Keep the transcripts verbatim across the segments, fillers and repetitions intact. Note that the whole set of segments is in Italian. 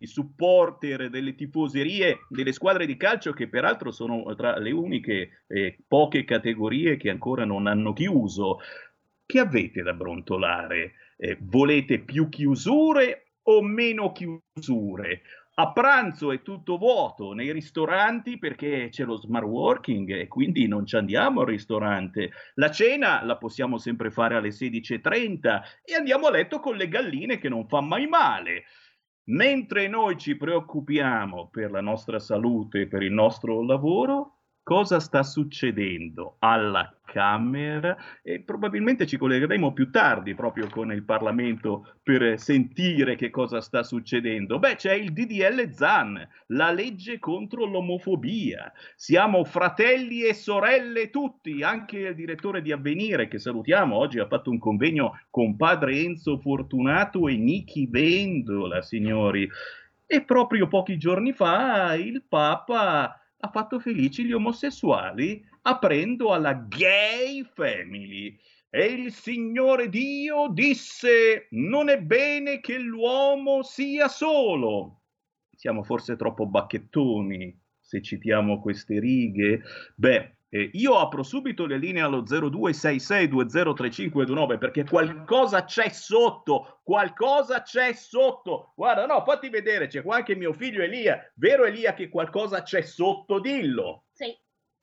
i supporter delle tifoserie delle squadre di calcio, che peraltro sono tra le uniche eh, poche categorie che ancora non hanno chiuso. Che avete da brontolare? Eh, volete più chiusure o meno chiusure? A pranzo è tutto vuoto nei ristoranti perché c'è lo smart working e quindi non ci andiamo al ristorante. La cena la possiamo sempre fare alle sedici e trenta e andiamo a letto con le galline, che non fa mai male. Mentre noi ci preoccupiamo per la nostra salute e per il nostro lavoro, cosa sta succedendo alla Camera? E probabilmente ci collegheremo più tardi proprio con il Parlamento per sentire che cosa sta succedendo. Beh, c'è il D D L Zan, la legge contro l'omofobia. Siamo fratelli e sorelle tutti, anche il direttore di Avvenire, che salutiamo, oggi ha fatto un convegno con padre Enzo Fortunato e Nichi Vendola, signori. E proprio pochi giorni fa il Papa ha fatto felici gli omosessuali aprendo alla gay family. E il Signore Dio disse: non è bene che l'uomo sia solo. Siamo forse troppo bacchettoni se citiamo queste righe? Beh, eh, io apro subito le linee allo zero due sei sei due zero tre cinque due nove perché qualcosa c'è sotto, qualcosa c'è sotto. Guarda, no, fatti vedere, c'è qua anche mio figlio Elia. Vero Elia che qualcosa c'è sotto? Dillo. Sì.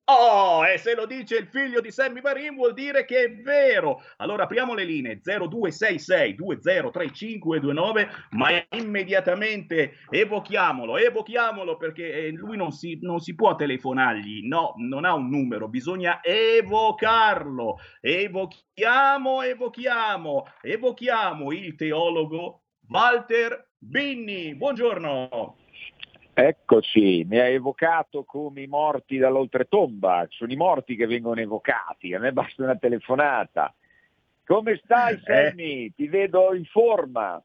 Oh, e se lo dice il figlio di Sammy Varin vuol dire che è vero. Allora apriamo le linee zero due sei sei due zero tre cinque due nove, ma immediatamente evochiamolo, evochiamolo perché lui non si, non si può telefonargli, no, non ha un numero, bisogna evocarlo. Evochiamo, evochiamo, evochiamo il teologo Walter Binni. Buongiorno. Eccoci, mi ha evocato come i morti dall'oltretomba, sono i morti che vengono evocati, a me basta una telefonata. Come stai Sammy? Eh. Ti vedo in forma.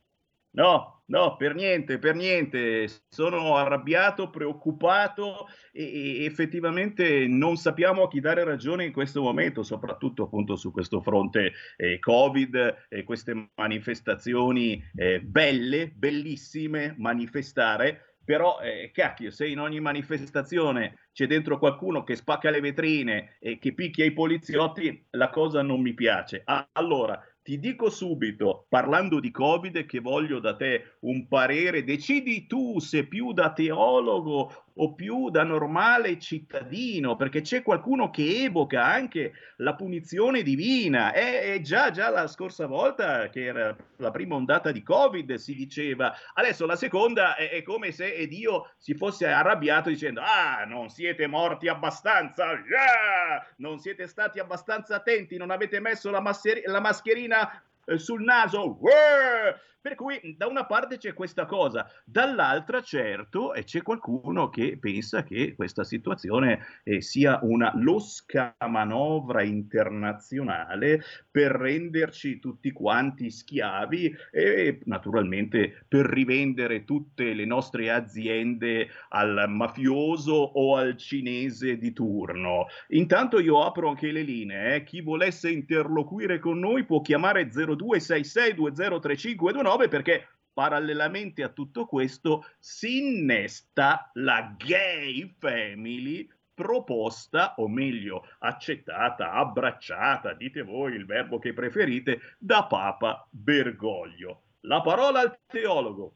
No, no, per niente, per niente, sono arrabbiato, preoccupato e, e effettivamente non sappiamo a chi dare ragione in questo momento, soprattutto appunto su questo fronte eh, Covid e queste manifestazioni eh, belle, bellissime, manifestare. Però, eh, cacchio, se in ogni manifestazione c'è dentro qualcuno che spacca le vetrine e che picchia i poliziotti, la cosa non mi piace. Ah, allora, ti dico subito, parlando di Covid, che voglio da te un parere, decidi tu se più da teologo o più da normale cittadino, perché c'è qualcuno che evoca anche la punizione divina. E, e già, già la scorsa volta, che era la prima ondata di Covid, si diceva. Adesso la seconda è, è come se Dio si fosse arrabbiato dicendo: ah, non siete morti abbastanza, yeah! Non siete stati abbastanza attenti, non avete messo la, masseri- la mascherina eh, sul naso, yeah! Per cui da una parte c'è questa cosa, dall'altra certo e c'è qualcuno che pensa che questa situazione eh, sia una losca manovra internazionale per renderci tutti quanti schiavi e naturalmente per rivendere tutte le nostre aziende al mafioso o al cinese di turno. Intanto io apro anche le linee, eh. Chi volesse interloquire con noi può chiamare zero due sei sei due zero tre cinque due nove perché parallelamente a tutto questo si innesta la gay family proposta, o meglio accettata, abbracciata, dite voi il verbo che preferite, da Papa Bergoglio. La parola al teologo.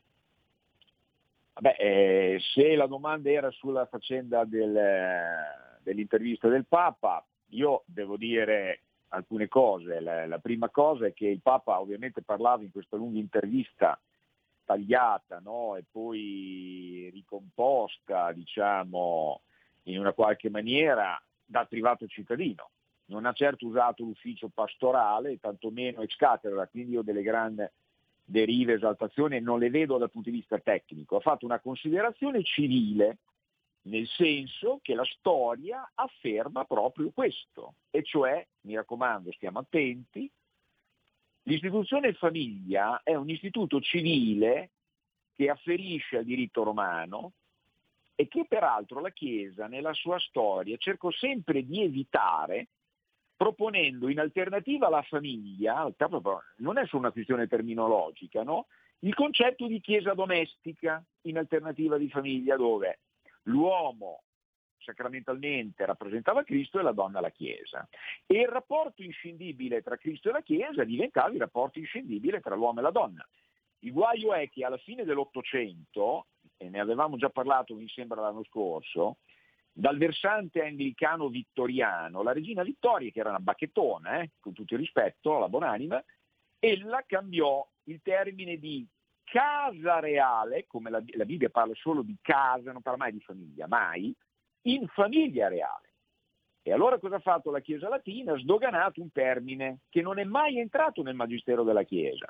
Vabbè, eh, se la domanda era sulla faccenda del, dell'intervista del Papa, io devo dire alcune cose. La, la prima cosa è che il Papa ovviamente parlava in questa lunga intervista tagliata, no? E poi ricomposta, diciamo, in una qualche maniera dal privato cittadino. Non ha certo usato l'ufficio pastorale, tantomeno ex cattedra, quindi io delle grandi derive, esaltazioni non le vedo dal punto di vista tecnico. Ha fatto una considerazione civile, nel senso che la storia afferma proprio questo, e cioè, mi raccomando, stiamo attenti, l'istituzione famiglia è un istituto civile che afferisce al diritto romano e che peraltro la Chiesa nella sua storia cercò sempre di evitare proponendo in alternativa alla famiglia, non è solo una questione terminologica, no? Il concetto di chiesa domestica in alternativa di famiglia, dove l'uomo sacramentalmente rappresentava Cristo e la donna la Chiesa. E il rapporto inscindibile tra Cristo e la Chiesa diventava il rapporto inscindibile tra l'uomo e la donna. Il guaio è che alla fine dell'Ottocento, e ne avevamo già parlato mi sembra l'anno scorso, dal versante anglicano vittoriano, la regina Vittoria, che era una bacchettona, eh, con tutto il rispetto, la buonanima, ella cambiò il termine di casa reale, come la, la Bibbia parla solo di casa, non parla mai di famiglia, mai, in famiglia reale. E allora cosa ha fatto la Chiesa latina? Ha sdoganato un termine che non è mai entrato nel magistero della Chiesa.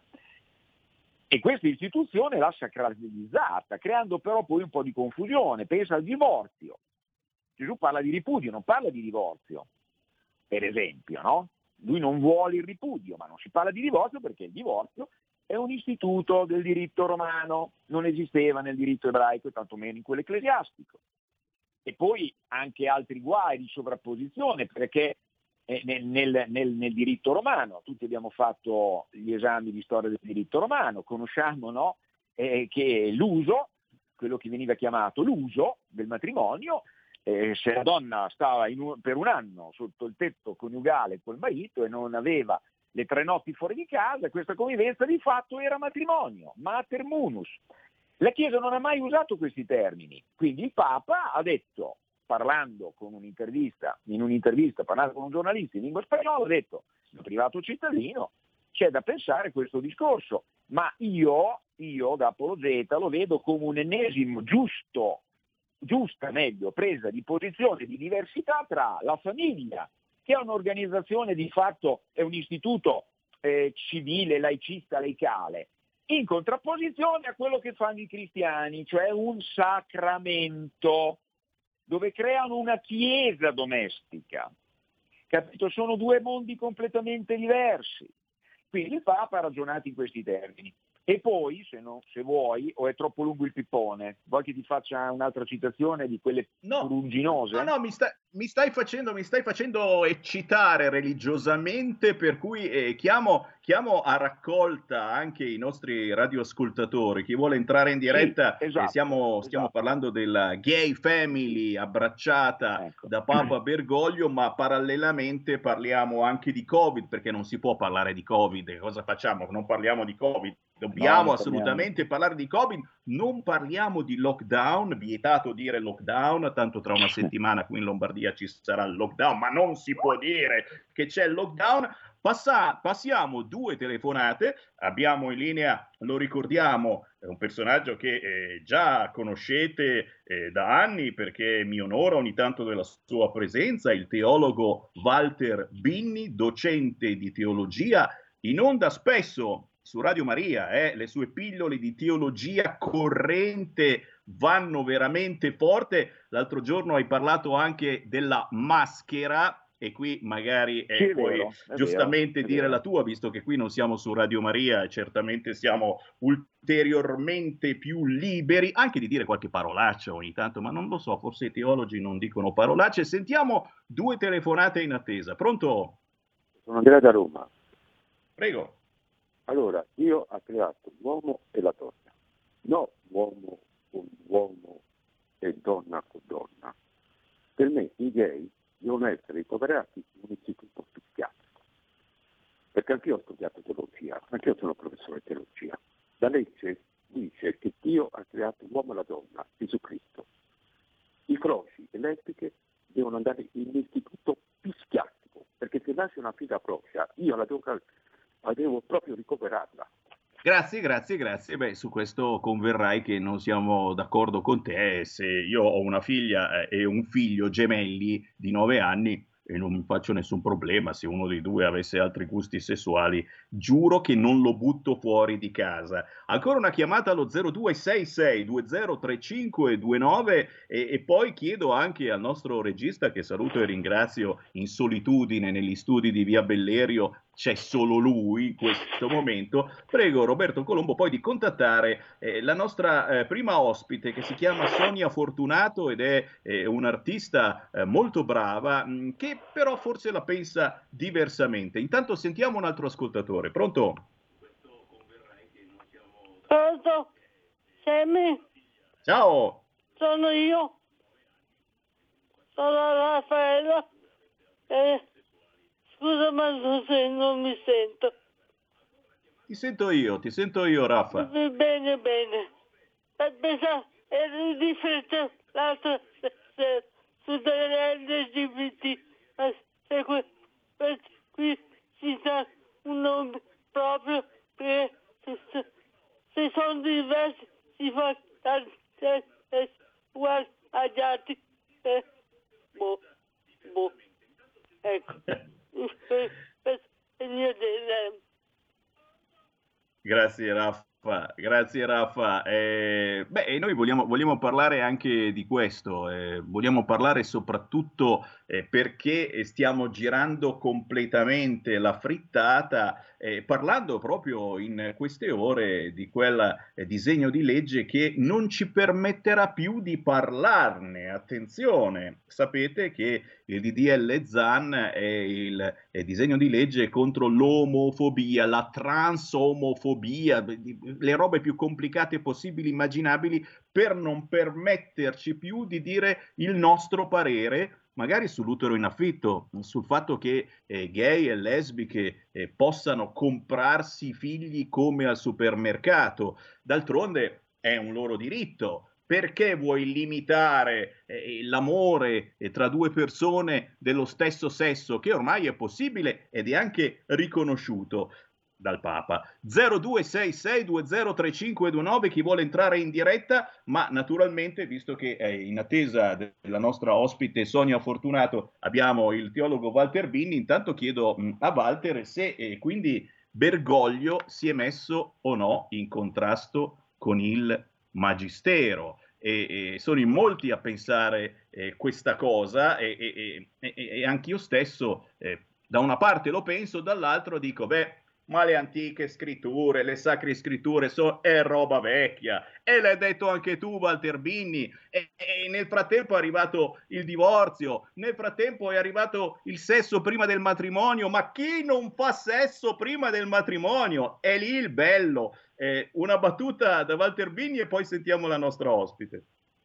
E questa istituzione l'ha sacralizzata, creando però poi un po' di confusione. Pensa al divorzio. Gesù parla di ripudio, non parla di divorzio, per esempio, no? Lui non vuole il ripudio, ma non si parla di divorzio perché il divorzio è un istituto del diritto romano, non esisteva nel diritto ebraico e tantomeno in quello ecclesiastico. E poi anche altri guai di sovrapposizione, perché nel, nel, nel, nel diritto romano, tutti abbiamo fatto gli esami di storia del diritto romano, conosciamo, no? eh, che l'uso, quello che veniva chiamato l'uso del matrimonio, eh, se la donna stava in un, per un anno sotto il tetto coniugale col marito e non aveva le tre notti fuori di casa, questa convivenza di fatto era matrimonio, mater munus. La Chiesa non ha mai usato questi termini, quindi il Papa ha detto, parlando con un'intervista, in un'intervista, parlando con un giornalista in lingua spagnola, ha detto, da privato cittadino, c'è da pensare questo discorso, ma io, io da apologeta lo vedo come un ennesimo giusto, giusta meglio, presa di posizione di diversità tra la famiglia, che è un'organizzazione di fatto, è un istituto eh, civile, laicista, laicale, in contrapposizione a quello che fanno i cristiani, cioè un sacramento, dove creano una chiesa domestica. Capito? Sono due mondi completamente diversi. Quindi il Papa ha ragionato in questi termini. E poi, se, no, se vuoi, o è troppo lungo il pippone, vuoi che ti faccia un'altra citazione di quelle no, furuginose? No, no, mi, sta, mi, stai facendo, mi stai facendo eccitare religiosamente, per cui eh, chiamo, chiamo a raccolta anche i nostri radioascoltatori. Chi vuole entrare in diretta, sì, esatto, eh, stiamo, stiamo esatto. parlando della gay family abbracciata ecco. da Papa Bergoglio, ma parallelamente parliamo anche di Covid, perché non si può parlare di Covid. Cosa facciamo? Non parliamo di Covid. Dobbiamo no, assolutamente parlare di Covid, non parliamo di lockdown, vietato dire lockdown, tanto tra una settimana qui in Lombardia ci sarà il lockdown, ma non si può dire che c'è il lockdown. Passa, passiamo due telefonate, abbiamo in linea, lo ricordiamo, è un personaggio che eh, già conoscete eh, da anni perché mi onora ogni tanto della sua presenza, il teologo Walter Binni, docente di teologia, in onda spesso su Radio Maria, eh, le sue pillole di teologia corrente vanno veramente forte. L'altro giorno hai parlato anche della maschera e qui magari eh, sì, puoi vero, giustamente vero, dire vero. la tua, visto che qui non siamo su Radio Maria e certamente siamo ulteriormente più liberi anche di dire qualche parolaccia ogni tanto, ma non lo so, forse i teologi non dicono parolacce. Sentiamo due telefonate in attesa. Pronto? Sono Andrea da Roma. Prego. Allora, Dio ha creato l'uomo e la donna, no uomo con uomo e donna con donna. Per me i gay devono essere ricoverati in un istituto psichiatrico, perché anch'io ho studiato teologia, anch'io sono professore di teologia. La legge dice che Dio ha creato l'uomo e la donna, Gesù Cristo. I froci e lesbiche devono andare in un istituto psichiatrico, perché se nasce una figa froscia, io la devo ma devo proprio ricoverarla. Grazie, grazie, grazie. Beh, su questo converrai che non siamo d'accordo con te. Se io ho una figlia e un figlio gemelli di nove anni e non mi faccio nessun problema, se uno dei due avesse altri gusti sessuali, giuro che non lo butto fuori di casa. Ancora una chiamata allo zero due sei sei due zero tre cinque due nove e, e poi chiedo anche al nostro regista, che saluto e ringrazio in solitudine negli studi di Via Bellerio, c'è solo lui in questo momento, prego Roberto Colombo poi di contattare eh, la nostra eh, prima ospite che si chiama Sonia Fortunato ed è eh, un'artista eh, molto brava mh, che però forse la pensa diversamente. Intanto sentiamo un altro ascoltatore. Pronto? Pronto? Sammy? Ciao! Sono io. Sono Raffaella. Eh, scusa, ma non mi sento. Ti sento io, ti sento io, Raffa. Bene, bene. Pensa, eri differente l'altra sera su delle L G B T. Ma se qui, qui si sa un nome proprio perché se, se sono diversi si fa uguali agli altri. Eh, boh, boh. Ecco. Il mio genere. Grazie Raffa, grazie Raffa. Eh, beh, noi vogliamo, vogliamo parlare anche di questo, eh, vogliamo parlare soprattutto eh, perché stiamo girando completamente la frittata, eh, parlando proprio in queste ore di quel eh, disegno di legge che non ci permetterà più di parlarne. Attenzione, sapete che il D D L Zan è il è disegno di legge contro l'omofobia, la transomofobia, le robe più complicate possibili, immaginabili, per non permetterci più di dire il nostro parere, magari sull'utero in affitto, sul fatto che eh, gay e lesbiche eh, possano comprarsi figli come al supermercato. D'altronde è un loro diritto. Perché vuoi limitare eh, l'amore eh, tra due persone dello stesso sesso, che ormai è possibile ed è anche riconosciuto dal Papa? zero due sei sei due zero tre cinque due nove, chi vuole entrare in diretta, ma naturalmente, visto che è in attesa della nostra ospite Sonia Fortunato, abbiamo il teologo Walter Binni, intanto chiedo mh, a Walter se eh, quindi Bergoglio si è messo o no in contrasto con il magistero. E, e sono in molti a pensare eh, questa cosa e, e, e, e anch'io stesso eh, da una parte lo penso, dall'altro dico beh, ma le antiche scritture, le sacre scritture so, è roba vecchia, e l'hai detto anche tu Walter Binni, e, e nel frattempo è arrivato il divorzio, nel frattempo è arrivato il sesso prima del matrimonio, ma chi non fa sesso prima del matrimonio? È lì il bello. Eh, una battuta da Walter Binni e poi sentiamo la nostra ospite.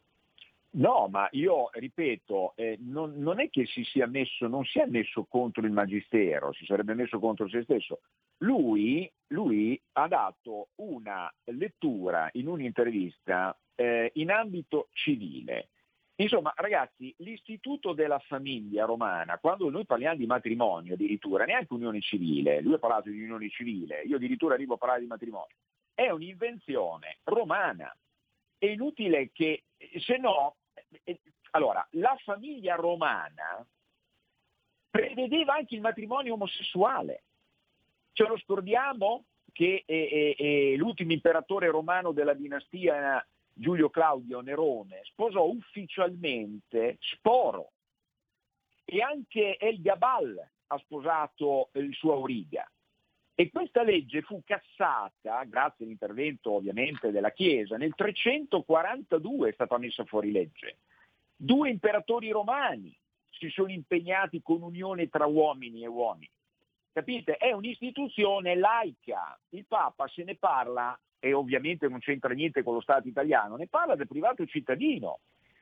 No, ma io ripeto, eh, non, non è che si sia messo, non si è messo contro il magistero, si sarebbe messo contro se stesso. Lui, lui ha dato una lettura in un'intervista eh, in ambito civile. Insomma, ragazzi, l'istituto della famiglia romana, quando noi parliamo di matrimonio addirittura, neanche unione civile, lui ha parlato di unione civile, io addirittura arrivo a parlare di matrimonio, è un'invenzione romana. È inutile che, se no, allora, la famiglia romana prevedeva anche il matrimonio omosessuale. Ce lo scordiamo che eh, eh, l'ultimo imperatore romano della dinastia Giulio Claudio Nerone sposò ufficialmente Sporo, e anche Elgabal ha sposato il suo Auriga. E questa legge fu cassata, grazie all'intervento ovviamente della Chiesa, nel trecentoquarantadue è stata messa fuori legge. Due imperatori romani si sono impegnati con unione tra uomini e uomini. Capite? È un'istituzione laica. Il Papa se ne parla, e ovviamente non c'entra niente con lo Stato italiano, ne parla del privato cittadino.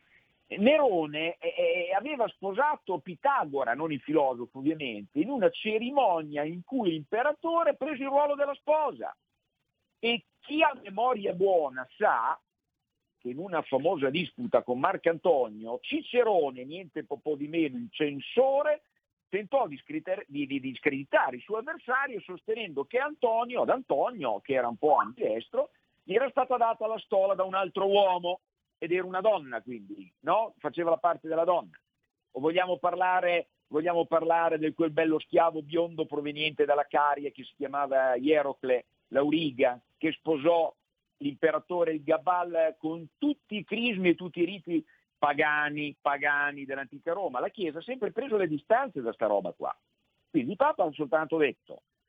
Nerone eh, aveva sposato Pitagora, non il filosofo ovviamente, in una cerimonia in cui l'imperatore prese il ruolo della sposa. E chi ha memoria buona sa che in una famosa disputa con Marcantonio, Cicerone, niente po' di meno il censore, tentò di, di, di discreditare il suo avversario sostenendo che Antonio, ad Antonio, che era un po' ambidestro, gli era stata data la stola da un altro uomo, ed era una donna, quindi, no? Faceva la parte della donna. O vogliamo parlare, vogliamo parlare del quel bello schiavo biondo proveniente dalla Caria che si chiamava Ierocle, l'Auriga, che sposò l'imperatore il Gabal con tutti i crismi e tutti i riti pagani, pagani dell'antica Roma. La Chiesa ha sempre preso le distanze da sta roba qua. Quindi il Papa ha soltanto detto: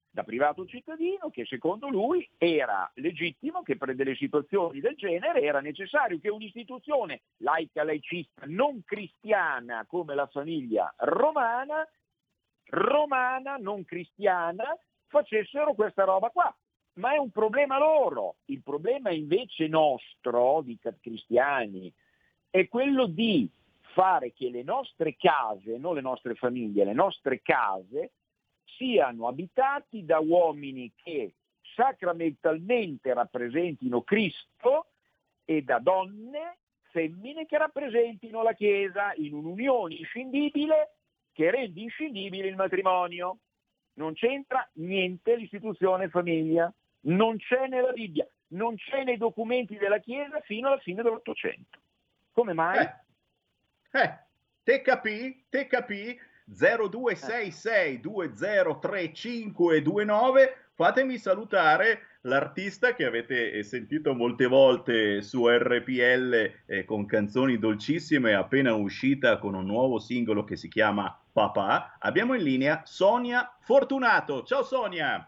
da privato cittadino, che secondo lui era legittimo che per delle situazioni del genere era necessario che un'istituzione laica, laicista, non cristiana come la famiglia romana, romana, non cristiana, facessero questa roba qua. Ma è un problema loro. Il problema invece nostro, di cristiani, è quello di fare che le nostre case, non le nostre famiglie, le nostre case, siano abitati da uomini che sacramentalmente rappresentino Cristo e da donne, femmine che rappresentino la Chiesa in un'unione inscindibile che rende inscindibile il matrimonio. Non c'entra niente l'istituzione famiglia, non c'è nella Bibbia, non c'è nei documenti della Chiesa fino alla fine dell'Ottocento. Come mai? Eh, eh te capì, te capì, zero due sei sei due zero tre cinque due nove, fatemi salutare l'artista che avete sentito molte volte su R P L eh, con canzoni dolcissime, appena uscita con un nuovo singolo che si chiama Papà. Abbiamo in linea Sonia Fortunato. Ciao Sonia!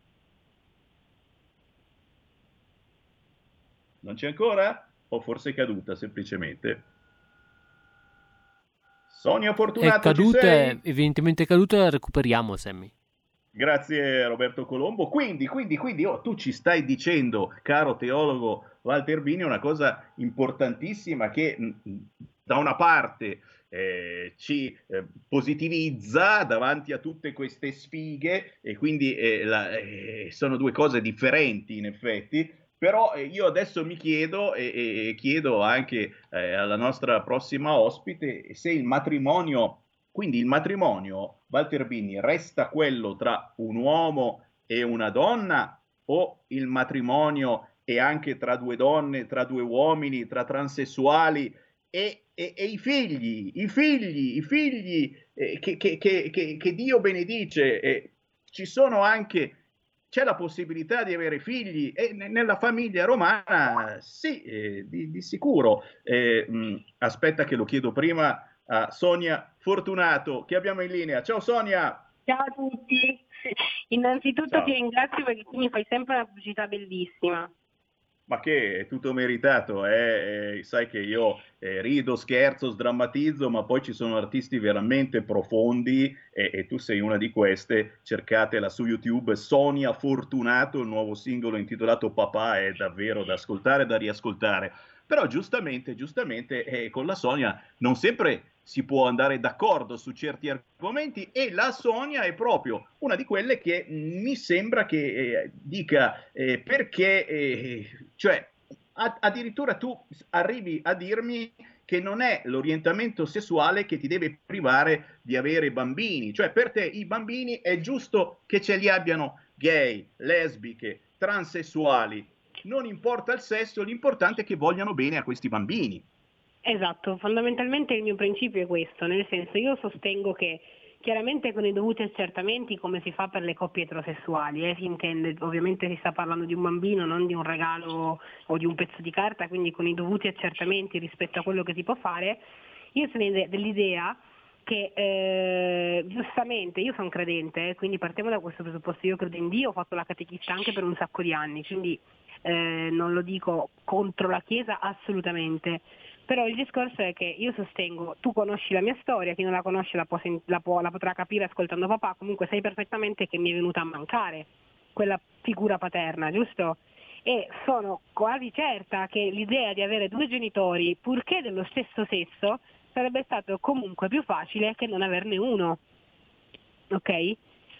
Non c'è ancora? O forse è caduta semplicemente? Sonia Fortunato, è caduta, ci sei? Evidentemente è caduta, la recuperiamo, Sammy. Grazie Roberto Colombo. Quindi, quindi, quindi oh, tu ci stai dicendo, caro teologo Walter Bini, una cosa importantissima che mh, da una parte eh, ci eh, positivizza davanti a tutte queste sfighe e quindi eh, la, eh, sono due cose differenti in effetti. Però eh, io adesso mi chiedo e, e chiedo anche eh, alla nostra prossima ospite se il matrimonio, quindi il matrimonio, Walter Bini, resta quello tra un uomo e una donna o il matrimonio è anche tra due donne, tra due uomini, tra transessuali e, e, e i figli, i figli, i figli eh, che, che, che, che, che Dio benedice. Eh, ci sono anche... C'è la possibilità di avere figli e nella famiglia romana sì, eh, di, di sicuro. Eh, mh, aspetta che lo chiedo prima a Sonia Fortunato che abbiamo in linea. Ciao Sonia! Ciao a tutti! Innanzitutto Ciao. ti ringrazio perché tu mi fai sempre una pubblicità bellissima. Ma che è tutto meritato, eh? Eh, sai che io eh, rido, scherzo, sdrammatizzo, ma poi ci sono artisti veramente profondi e, e tu sei una di queste. Cercatela su YouTube, Sonia Fortunato, il nuovo singolo intitolato Papà è davvero da ascoltare e da riascoltare. Però giustamente, giustamente eh, con la Sonia non sempre si può andare d'accordo su certi argomenti e la Sonia è proprio una di quelle che mh, mi sembra che eh, dica eh, perché, eh, cioè a- addirittura tu arrivi a dirmi che non è l'orientamento sessuale che ti deve privare di avere bambini, cioè per te i bambini è giusto che ce li abbiano gay, lesbiche, transessuali, non importa il sesso, l'importante è che vogliano bene a questi bambini. Esatto, fondamentalmente il mio principio è questo, nel senso io sostengo che chiaramente con i dovuti accertamenti come si fa per le coppie eterosessuali, eh, si intende, ovviamente si sta parlando di un bambino, non di un regalo o di un pezzo di carta, quindi con i dovuti accertamenti rispetto a quello che si può fare, io sono dell'idea che eh, giustamente io sono credente, eh, quindi partiamo da questo presupposto, io credo in Dio, ho fatto la catechista anche per un sacco di anni, quindi eh, non lo dico contro la Chiesa assolutamente. Però il discorso è che io sostengo, tu conosci la mia storia, chi non la conosce la, può, la, può, la potrà capire ascoltando papà, comunque sai perfettamente che mi è venuta a mancare quella figura paterna, giusto? E sono quasi certa che l'idea di avere due genitori, purché dello stesso sesso, sarebbe stato comunque più facile che non averne uno, ok?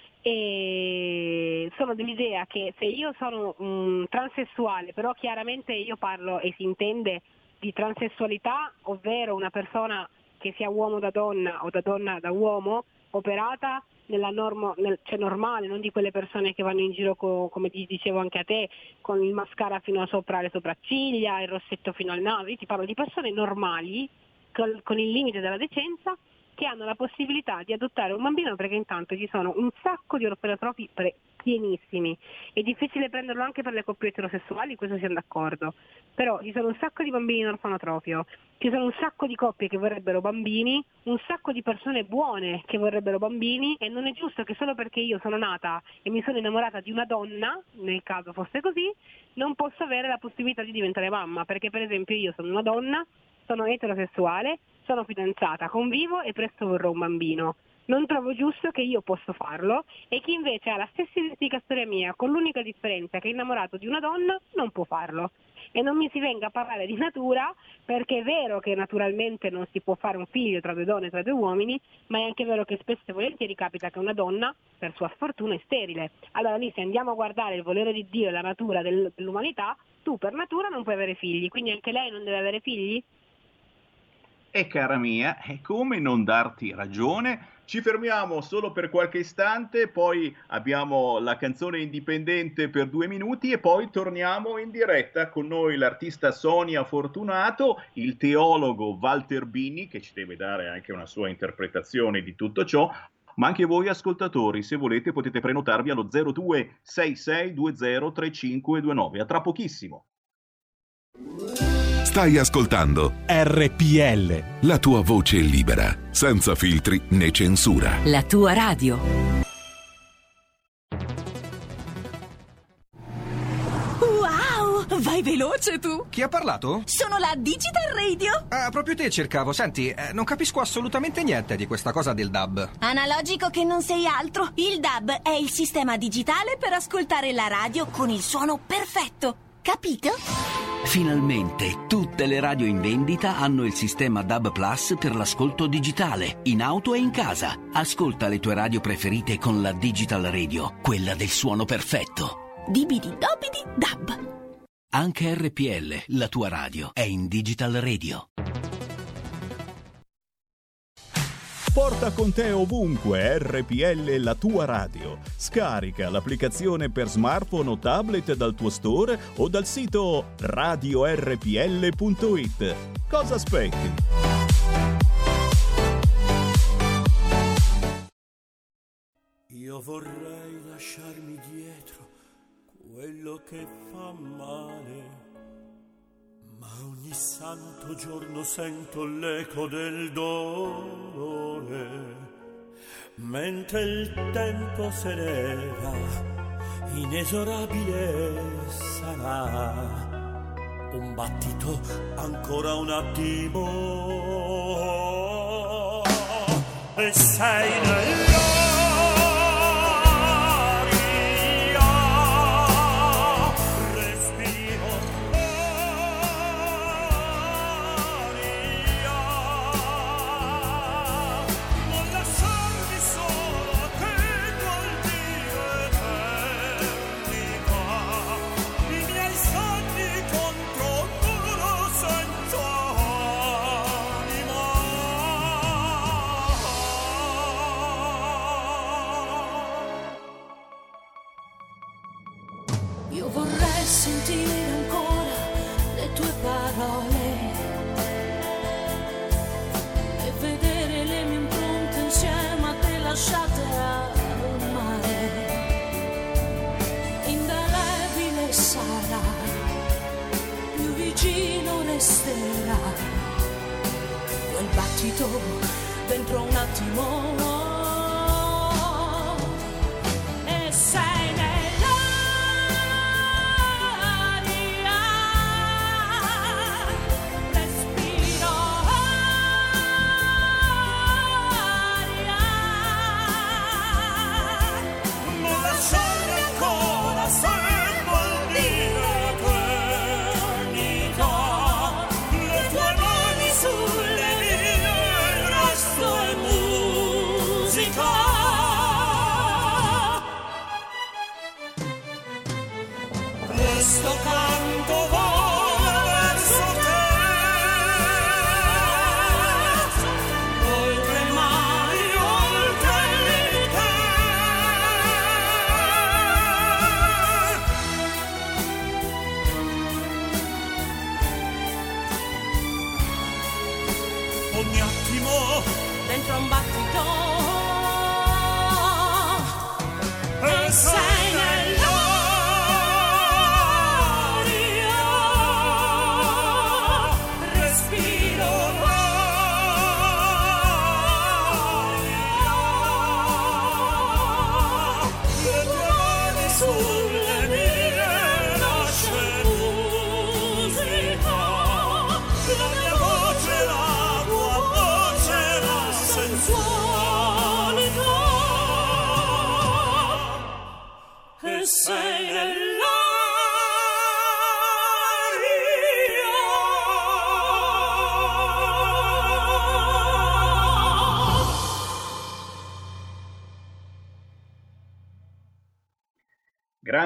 E sono dell'idea che se io sono um, transessuale, però chiaramente io parlo e si intende di transessualità, ovvero una persona che sia uomo da donna o da donna da uomo, operata nella norma, nel, cioè normale, non di quelle persone che vanno in giro, co, come ti dicevo anche a te, con il mascara fino a sopra le sopracciglia, il rossetto fino al naso. Io ti parlo di persone normali, con, con il limite della decenza, che hanno la possibilità di adottare un bambino, perché intanto ci sono un sacco di orfanotrofi pre- pienissimi. È difficile prenderlo anche per le coppie eterosessuali, questo siamo d'accordo, però ci sono un sacco di bambini in orfanotrofio, ci sono un sacco di coppie che vorrebbero bambini, un sacco di persone buone che vorrebbero bambini, e non è giusto che solo perché io sono nata e mi sono innamorata di una donna, nel caso fosse così, non posso avere la possibilità di diventare mamma, perché per esempio io sono una donna, sono eterosessuale, sono fidanzata, convivo e presto vorrò un bambino. Non trovo giusto che io posso farlo e chi invece ha la stessa identica storia mia, con l'unica differenza che è innamorato di una donna, non può farlo. E non mi si venga a parlare di natura, perché è vero che naturalmente non si può fare un figlio tra due donne, tra due uomini, ma è anche vero che spesso e volentieri capita che una donna, per sua sfortuna, è sterile. Allora lì, se andiamo a guardare il volere di Dio e la natura dell'umanità, tu per natura non puoi avere figli, quindi anche lei non deve avere figli? E cara mia, e come non darti ragione? Ci fermiamo solo per qualche istante, poi abbiamo la canzone indipendente per due minuti e poi torniamo in diretta con noi l'artista Sonia Fortunato, il teologo Walter Bini, che ci deve dare anche una sua interpretazione di tutto ciò, ma anche voi ascoltatori, se volete potete prenotarvi allo zero due sei sei due zero tre cinque due nove. A tra pochissimo. Stai ascoltando R P L, la tua voce libera, senza filtri né censura. La tua radio. Wow, vai veloce tu. Chi ha parlato? Sono la Digital Radio. Ah, proprio te cercavo. Senti, eh, non capisco assolutamente niente di questa cosa del D A B. Analogico che non sei altro. Il D A B è il sistema digitale per ascoltare la radio con il suono perfetto. Capito? Finalmente tutte le radio in vendita hanno il sistema D A B Plus per l'ascolto digitale, in auto e in casa. Ascolta le tue radio preferite con la Digital Radio, quella del suono perfetto. Dibidi dobidi D A B. Anche R P L, la tua radio, è in Digital Radio. Porta con te ovunque R P L, la tua radio. Scarica l'applicazione per smartphone o tablet dal tuo store o dal sito radio r p l punto i t. Cosa aspetti? Io vorrei lasciarmi dietro quello che fa male, ma ogni santo giorno sento l'eco del dolore, mentre il tempo se leva, inesorabile sarà un battito, ancora un attimo, e sei nell'aria. Sentire ancora le tue parole e vedere le mie impronte insieme a te lasciate al mare. Indelebile sarà, più vicino resterà quel battito dentro un attimo. Questo canto vola verso te, oltre il mare, oltre il limite. Ogni attimo dentro un battito, e sei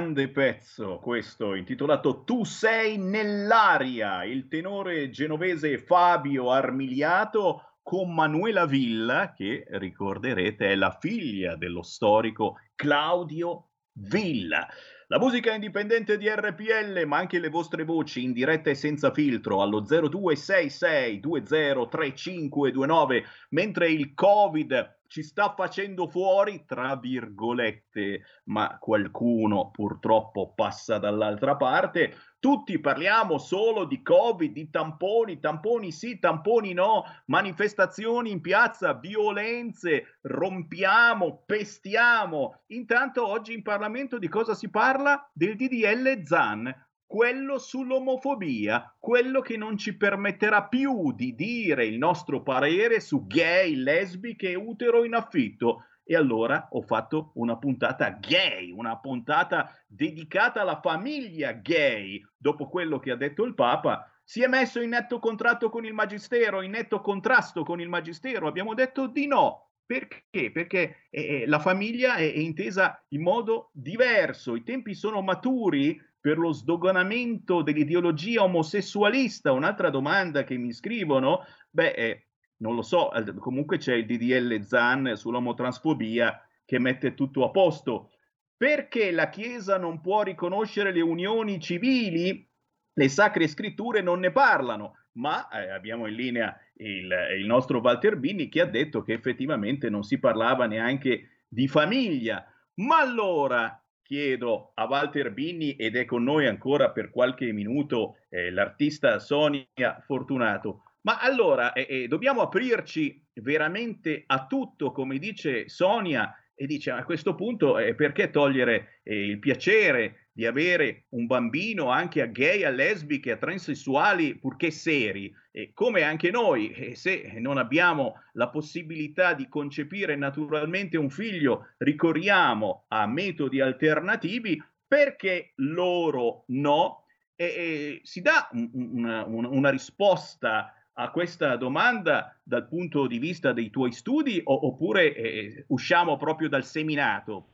grande pezzo questo, intitolato Tu sei nell'aria, il tenore genovese Fabio Armiliato con Manuela Villa, che ricorderete è la figlia dello storico Claudio Villa. La musica indipendente di R P L, ma anche le vostre voci in diretta e senza filtro allo zero due sei sei due zero tre cinque due nove, mentre il Covid ci sta facendo fuori, tra virgolette, ma qualcuno purtroppo passa dall'altra parte. Tutti parliamo solo di Covid, di tamponi, tamponi sì, tamponi no, manifestazioni in piazza, violenze, rompiamo, pestiamo. Intanto oggi in Parlamento di cosa si parla? Del D D L Zan, quello sull'omofobia, quello che non ci permetterà più di dire il nostro parere su gay, lesbiche e utero in affitto. E allora ho fatto una puntata gay, una puntata dedicata alla famiglia gay. Dopo quello che ha detto il Papa, si è messo in netto contratto con il Magistero, in netto contrasto con il Magistero. Abbiamo detto di no. Perché? Perché eh, la famiglia è, è intesa in modo diverso. I tempi sono maturi per lo sdoganamento dell'ideologia omosessualista. Un'altra domanda che mi scrivono, beh, eh, non lo so, comunque c'è il D D L Zan sull'omotransfobia che mette tutto a posto. Perché la Chiesa non può riconoscere le unioni civili? Le sacre scritture non ne parlano, ma eh, abbiamo in linea il, il nostro Walter Bini che ha detto che effettivamente non si parlava neanche di famiglia. Ma allora chiedo a Walter Bini, ed è con noi ancora per qualche minuto eh, l'artista Sonia Fortunato, ma allora eh, eh, dobbiamo aprirci veramente a tutto, come dice Sonia, e dice a questo punto eh, perché togliere eh, il piacere di avere un bambino anche a gay, a lesbiche, a transessuali, purché seri, e come anche noi, eh, se non abbiamo la possibilità di concepire naturalmente un figlio, ricorriamo a metodi alternativi, perché loro no? E, e si dà un, una, una risposta a questa domanda dal punto di vista dei tuoi studi o, oppure eh, usciamo proprio dal seminato?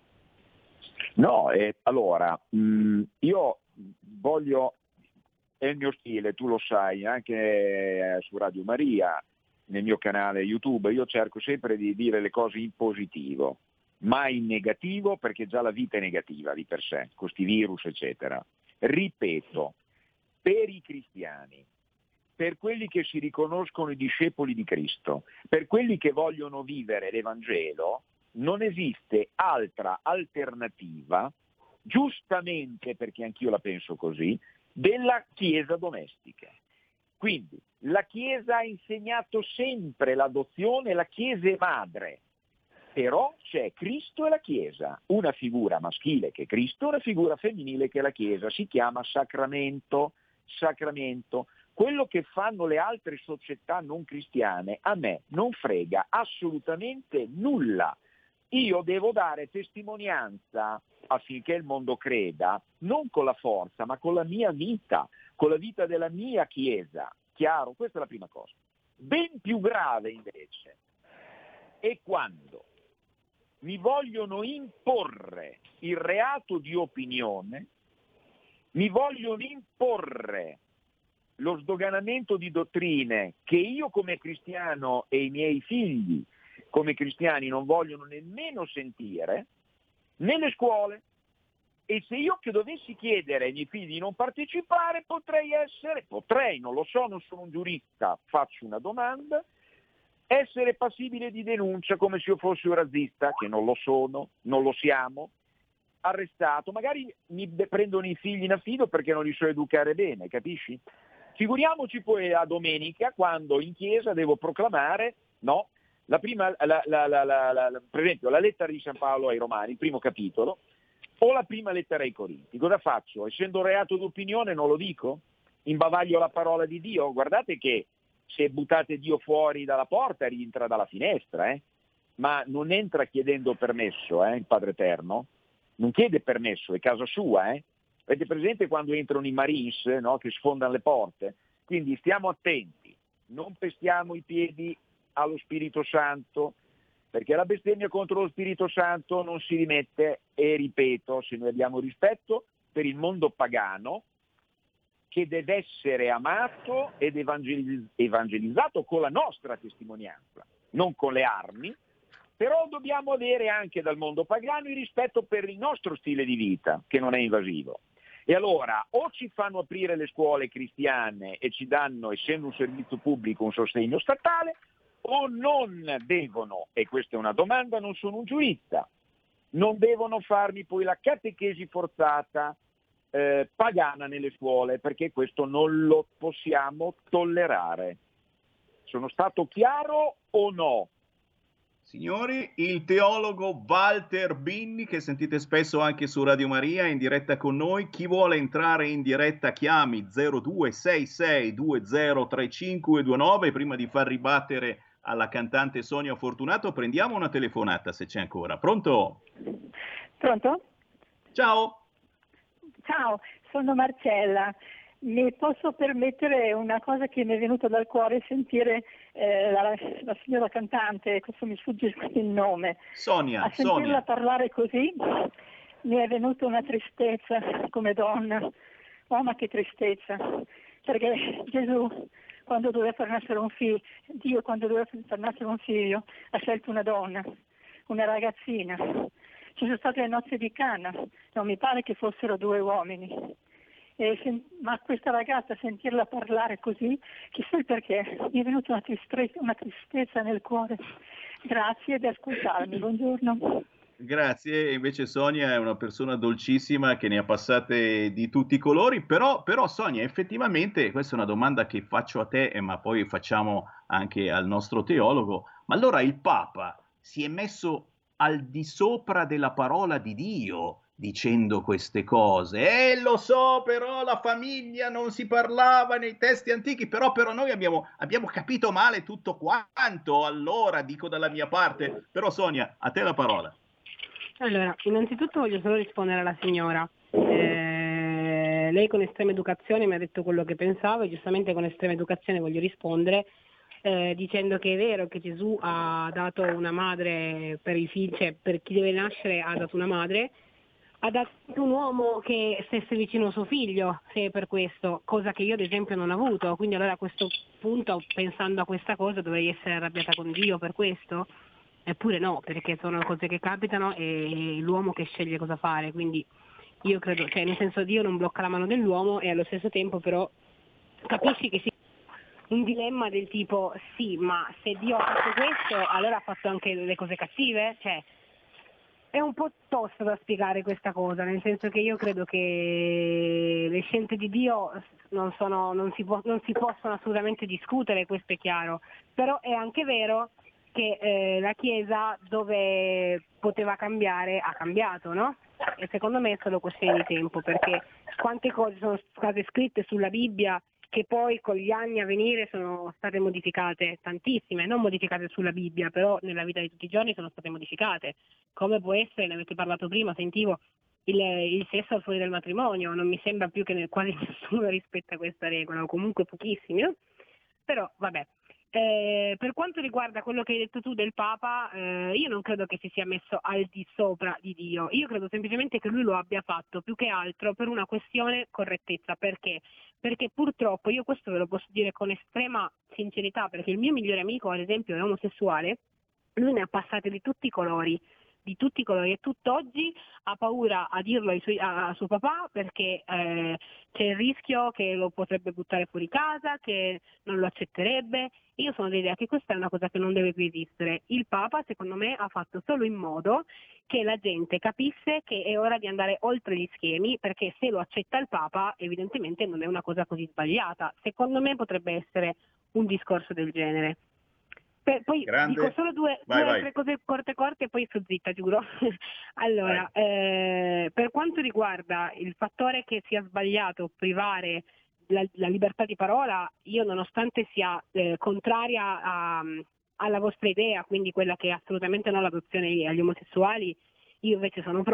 No, eh, allora, mh, io voglio, è il mio stile, tu lo sai, anche eh, su Radio Maria, nel mio canale YouTube, io cerco sempre di dire le cose in positivo, mai in negativo, perché già la vita è negativa di per sé, con questi virus, eccetera. Ripeto, per i cristiani, per quelli che si riconoscono i discepoli di Cristo, per quelli che vogliono vivere l'Evangelo, non esiste altra alternativa, giustamente perché anch'io la penso così, della Chiesa domestica. Quindi la Chiesa ha insegnato sempre l'adozione, la Chiesa è madre, però c'è Cristo e la Chiesa, una figura maschile che è Cristo, una figura femminile che è la Chiesa, si chiama sacramento, sacramento. Quello che fanno le altre società non cristiane a me non frega assolutamente nulla. Io devo dare testimonianza affinché il mondo creda, non con la forza, ma con la mia vita, con la vita della mia Chiesa. Chiaro? Questa è la prima cosa. Ben più grave invece è quando mi vogliono imporre il reato di opinione, mi vogliono imporre lo sdoganamento di dottrine che io come cristiano e i miei figli come cristiani non vogliono nemmeno sentire nelle scuole. E se io che dovessi chiedere ai miei figli di non partecipare, potrei essere, potrei, non lo so, non sono un giurista, faccio una domanda, essere passibile di denuncia come se io fossi un razzista, che non lo sono, non lo siamo, arrestato, magari mi prendono i figli in affido perché non li so educare bene, capisci? Figuriamoci poi a domenica quando in chiesa devo proclamare, no, la prima, la, la, la, la, la, per esempio la lettera di San Paolo ai Romani, il primo capitolo, o la prima lettera ai Corinti. Cosa faccio? Essendo reato d'opinione non lo dico? Imbavaglio la parola di Dio? Guardate che se buttate Dio fuori dalla porta rientra dalla finestra, eh? Ma non entra chiedendo permesso, eh, il Padre Eterno, non chiede permesso, è casa sua, eh? Avete presente quando entrano i Marines, no? Che sfondano le porte? Quindi stiamo attenti, non pestiamo i piedi allo Spirito Santo, perché la bestemmia contro lo Spirito Santo non si rimette, e ripeto, se noi abbiamo rispetto per il mondo pagano, che deve essere amato ed evangeliz- evangelizzato con la nostra testimonianza, non con le armi, però dobbiamo avere anche dal mondo pagano il rispetto per il nostro stile di vita, che non è invasivo. E allora o ci fanno aprire le scuole cristiane e ci danno, essendo un servizio pubblico, un sostegno statale, o non devono, e questa è una domanda, non sono un giurista, non devono farmi poi la catechesi forzata eh, pagana nelle scuole, perché questo non lo possiamo tollerare. Sono stato chiaro o no? Signori, il teologo Walter Binni, che sentite spesso anche su Radio Maria, è in diretta con noi. Chi vuole entrare in diretta chiami zero due sei sei due zero tre cinque due nove. Prima di far ribattere alla cantante Sonia Fortunato, prendiamo una telefonata se c'è ancora. Pronto? Pronto? Ciao. Ciao, sono Marcella. Mi posso permettere una cosa che mi è venuta dal cuore, sentire eh, la, la signora cantante, questo mi sfugge il nome. Sonia, A sentirla Sonia. parlare così mi è venuta una tristezza come donna. Oh, ma che tristezza! Perché Gesù, quando doveva far nascere un figlio, Dio quando doveva far nascere un figlio, ha scelto una donna, una ragazzina. Ci sono state le nozze di Cana, non mi pare che fossero due uomini. E sen- ma questa ragazza, sentirla parlare così, chissà il perché, mi è venuta una tristezza, una tristezza nel cuore. Grazie di ascoltarmi, buongiorno. Grazie, e invece Sonia è una persona dolcissima che ne ha passate di tutti i colori, però, però Sonia, effettivamente, questa è una domanda che faccio a te, ma poi facciamo anche al nostro teologo, ma allora il Papa si è messo al di sopra della parola di Dio dicendo queste cose? Eh, lo so, però la famiglia non si parlava nei testi antichi, però, però noi abbiamo, abbiamo capito male tutto quanto, allora dico dalla mia parte. Però Sonia, a te la parola. Allora, innanzitutto voglio solo rispondere alla signora. Eh, lei con estrema educazione mi ha detto quello che pensavo e giustamente con estrema educazione voglio rispondere eh, dicendo che è vero che Gesù ha dato una madre per i figli, cioè per chi deve nascere ha dato una madre, ha dato un uomo che stesse vicino a suo figlio, se per questo, cosa che io ad esempio non ho avuto, quindi allora a questo punto, pensando a questa cosa, dovrei essere arrabbiata con Dio per questo? Eppure no, perché sono cose che capitano e l'uomo che sceglie cosa fare, quindi io credo, cioè nel senso Dio non blocca la mano dell'uomo e allo stesso tempo però capisci che sì, un dilemma del tipo sì, ma se Dio ha fatto questo allora ha fatto anche le cose cattive? Cioè è un po' tosto da spiegare questa cosa, nel senso che io credo che le scelte di Dio non, sono, non, si, può, non si possono assolutamente discutere, questo è chiaro, però è anche vero che eh, la Chiesa dove poteva cambiare ha cambiato, no? E secondo me è solo questione di tempo, perché quante cose sono state scritte sulla Bibbia che poi con gli anni a venire sono state modificate, tantissime, non modificate sulla Bibbia, però nella vita di tutti i giorni sono state modificate. Come può essere, ne avete parlato prima, sentivo il, il sesso al fuori del matrimonio, non mi sembra più che nel, quasi nessuno rispetta questa regola, o comunque pochissimi, no? Però vabbè. Eh, per quanto riguarda quello che hai detto tu del Papa, eh, io non credo che si sia messo al di sopra di Dio, io credo semplicemente che lui lo abbia fatto più che altro per una questione correttezza. Perché? Perché purtroppo, io questo ve lo posso dire con estrema sincerità, perché il mio migliore amico ad esempio è omosessuale, lui ne ha passate di tutti i colori, di tutti i colori, e tutt'oggi ha paura a dirlo ai suoi, a, a suo papà perché eh, c'è il rischio che lo potrebbe buttare fuori casa, che non lo accetterebbe. Io sono dell'idea che questa è una cosa che non deve più esistere. Il Papa secondo me ha fatto solo in modo che la gente capisse che è ora di andare oltre gli schemi, perché se lo accetta il Papa evidentemente non è una cosa così sbagliata. Secondo me potrebbe essere un discorso del genere. Per, poi Grande. dico solo due, vai, due vai. altre cose corte corte e poi sto zitta, giuro. Allora, eh, per quanto riguarda il fattore che sia sbagliato privare la, la libertà di parola, io nonostante sia eh, contraria a, alla vostra idea, quindi quella che è assolutamente no l'adozione agli omosessuali, io invece sono pro,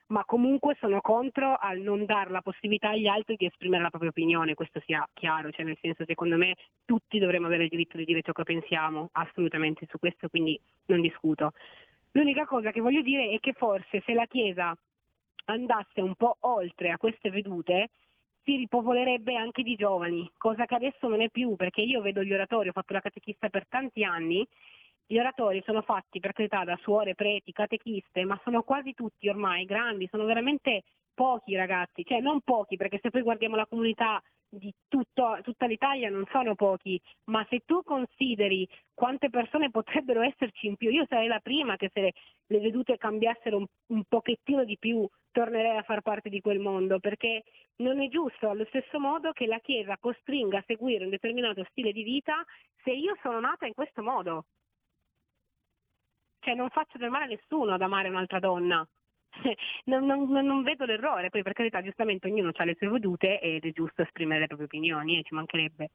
ma comunque sono contro al non dare la possibilità agli altri di esprimere la propria opinione, questo sia chiaro, cioè nel senso, secondo me tutti dovremmo avere il diritto di dire ciò che pensiamo, assolutamente, su questo quindi non discuto. L'unica cosa che voglio dire è che forse se la Chiesa andasse un po' oltre a queste vedute si ripopolerebbe anche di giovani, cosa che adesso non è più, perché io vedo gli oratori, ho fatto la catechista per tanti anni, gli oratori sono fatti per carità da suore, preti, catechiste, ma sono quasi tutti ormai grandi, sono veramente pochi ragazzi, cioè non pochi, perché se poi guardiamo la comunità di tutto, tutta l'Italia non sono pochi, ma se tu consideri quante persone potrebbero esserci in più, io sarei la prima che se le, le vedute cambiassero un, un pochettino di più tornerei a far parte di quel mondo, perché non è giusto allo stesso modo che la Chiesa costringa a seguire un determinato stile di vita se io sono nata in questo modo. Cioè non faccio del male a nessuno ad amare un'altra donna. Non, non, non vedo l'errore, poi per carità giustamente ognuno ha le sue vedute ed è giusto esprimere le proprie opinioni, e ci mancherebbe.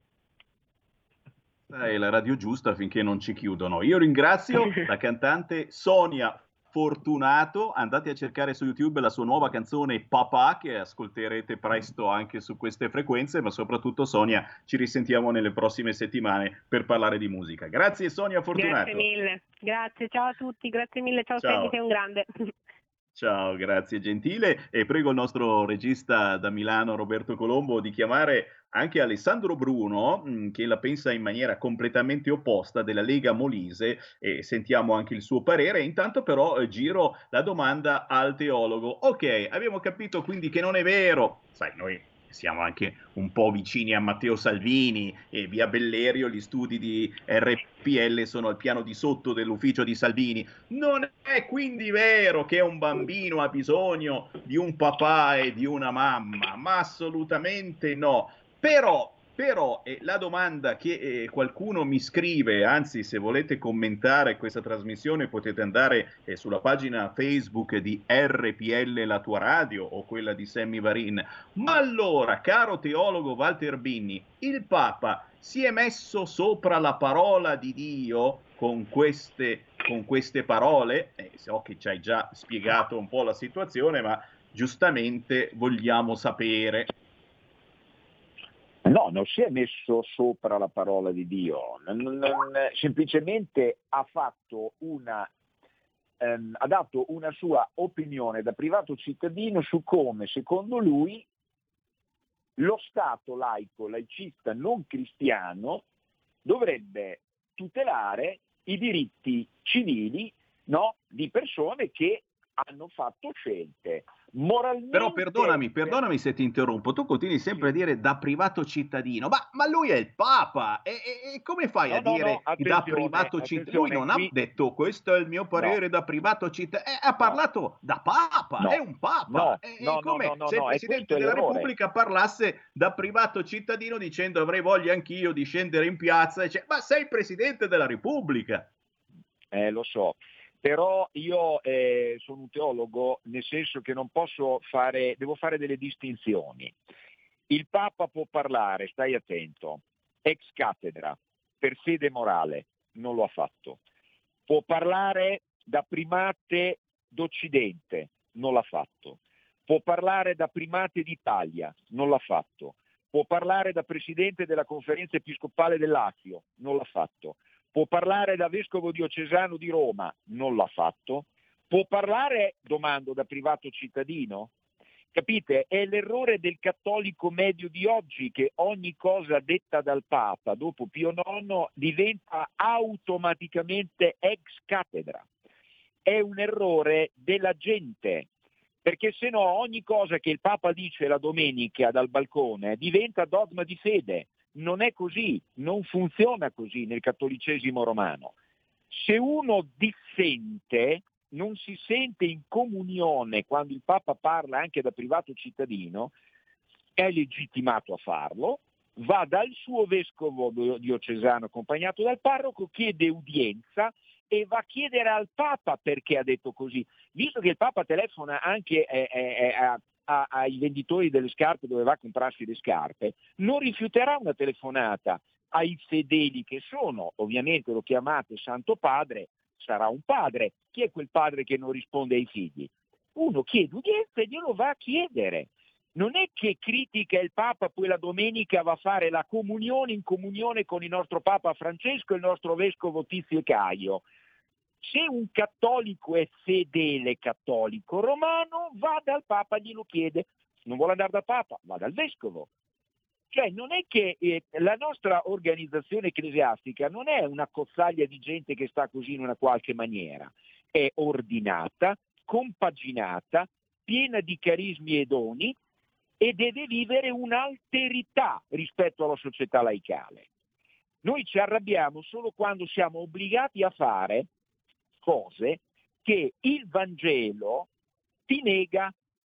È la radio giusta finché non ci chiudono. Io ringrazio la cantante Sonia Fortunato, andate a cercare su YouTube la sua nuova canzone Papà, che ascolterete presto anche su queste frequenze, ma soprattutto Sonia, ci risentiamo nelle prossime settimane per parlare di musica. Grazie Sonia Fortunato. Grazie mille, grazie, ciao a tutti, grazie mille, ciao, ciao. Sammy, sei un grande. Ciao, grazie gentile, e prego il nostro regista da Milano Roberto Colombo di chiamare anche Alessandro Bruno, mh, che la pensa in maniera completamente opposta, della Lega Molise, e sentiamo anche il suo parere. Intanto però eh, giro la domanda al teologo. Ok, abbiamo capito quindi che non è vero, sai, noi siamo anche un po' vicini a Matteo Salvini e via Bellerio, gli studi di R P L sono al piano di sotto dell'ufficio di Salvini. Non è quindi vero che un bambino ha bisogno di un papà e di una mamma, ma assolutamente no. Però, però eh, la domanda che eh, qualcuno mi scrive, anzi se volete commentare questa trasmissione potete andare eh, sulla pagina Facebook di R P L La Tua Radio o quella di Sammy Varin. Ma allora, caro teologo Walter Binni, il Papa si è messo sopra la parola di Dio con queste, con queste parole? Eh, so che ci hai già spiegato un po' la situazione, ma giustamente vogliamo sapere. No, non si è messo sopra la parola di Dio, non, non, semplicemente ha fatto una, ehm, ha dato una sua opinione da privato cittadino su come, secondo lui, lo Stato laico, laicista, non cristiano dovrebbe tutelare i diritti civili, no, di persone che hanno fatto scelte moralmente... Però perdonami, perdonami se ti interrompo, tu continui sempre a dire da privato cittadino, ma, ma lui è il Papa, e, e, e come fai no, a dire no, no, da privato cittadino? Lui non qui... ha detto questo è il mio parere no. da privato cittadino, eh, ha parlato no. da Papa, no. è un Papa, no. è, no, è come no, no, se no, il Presidente della l'errore. Repubblica parlasse da privato cittadino dicendo avrei voglia anch'io di scendere in piazza, e dice, ma sei il Presidente della Repubblica. Eh, lo so. Però io eh, sono un teologo, nel senso che non posso fare, devo fare delle distinzioni. Il Papa può parlare, stai attento, ex cattedra, per fede morale, non lo ha fatto. Può parlare da primate d'Occidente, non l'ha fatto. Può parlare da primate d'Italia, non l'ha fatto. Può parlare da presidente della conferenza episcopale del Lazio, non l'ha fatto. Può parlare da vescovo diocesano di Roma, non l'ha fatto. Può parlare, domando, da privato cittadino? Capite? È l'errore del cattolico medio di oggi che ogni cosa detta dal Papa dopo Pio nono diventa automaticamente ex cattedra. È un errore della gente, perché se no ogni cosa che il Papa dice la domenica dal balcone diventa dogma di fede. Non è così, non funziona così nel cattolicesimo romano. Se uno dissente, non si sente in comunione quando il Papa parla anche da privato cittadino, è legittimato a farlo, va dal suo vescovo diocesano accompagnato dal parroco, chiede udienza e va a chiedere al Papa perché ha detto così. Visto che il Papa telefona anche eh, eh, a ai venditori delle scarpe dove va a comprarsi le scarpe, non rifiuterà una telefonata ai fedeli che sono, ovviamente lo chiamate Santo Padre, sarà un padre. Chi è quel padre che non risponde ai figli? Uno chiede udienza e glielo va a chiedere. Non è che critica il Papa, poi la domenica va a fare la comunione in comunione con il nostro Papa Francesco e il nostro Vescovo Tizio e Caio. Se un cattolico è fedele cattolico romano, va dal Papa, glielo chiede. Non vuole andare dal Papa, va dal Vescovo. Cioè non è che eh, la nostra organizzazione ecclesiastica non è una cozzaglia di gente che sta così in una qualche maniera. È ordinata, compaginata, piena di carismi e doni, e deve vivere un'alterità rispetto alla società laicale. Noi ci arrabbiamo solo quando siamo obbligati a fare cose che il Vangelo ti nega,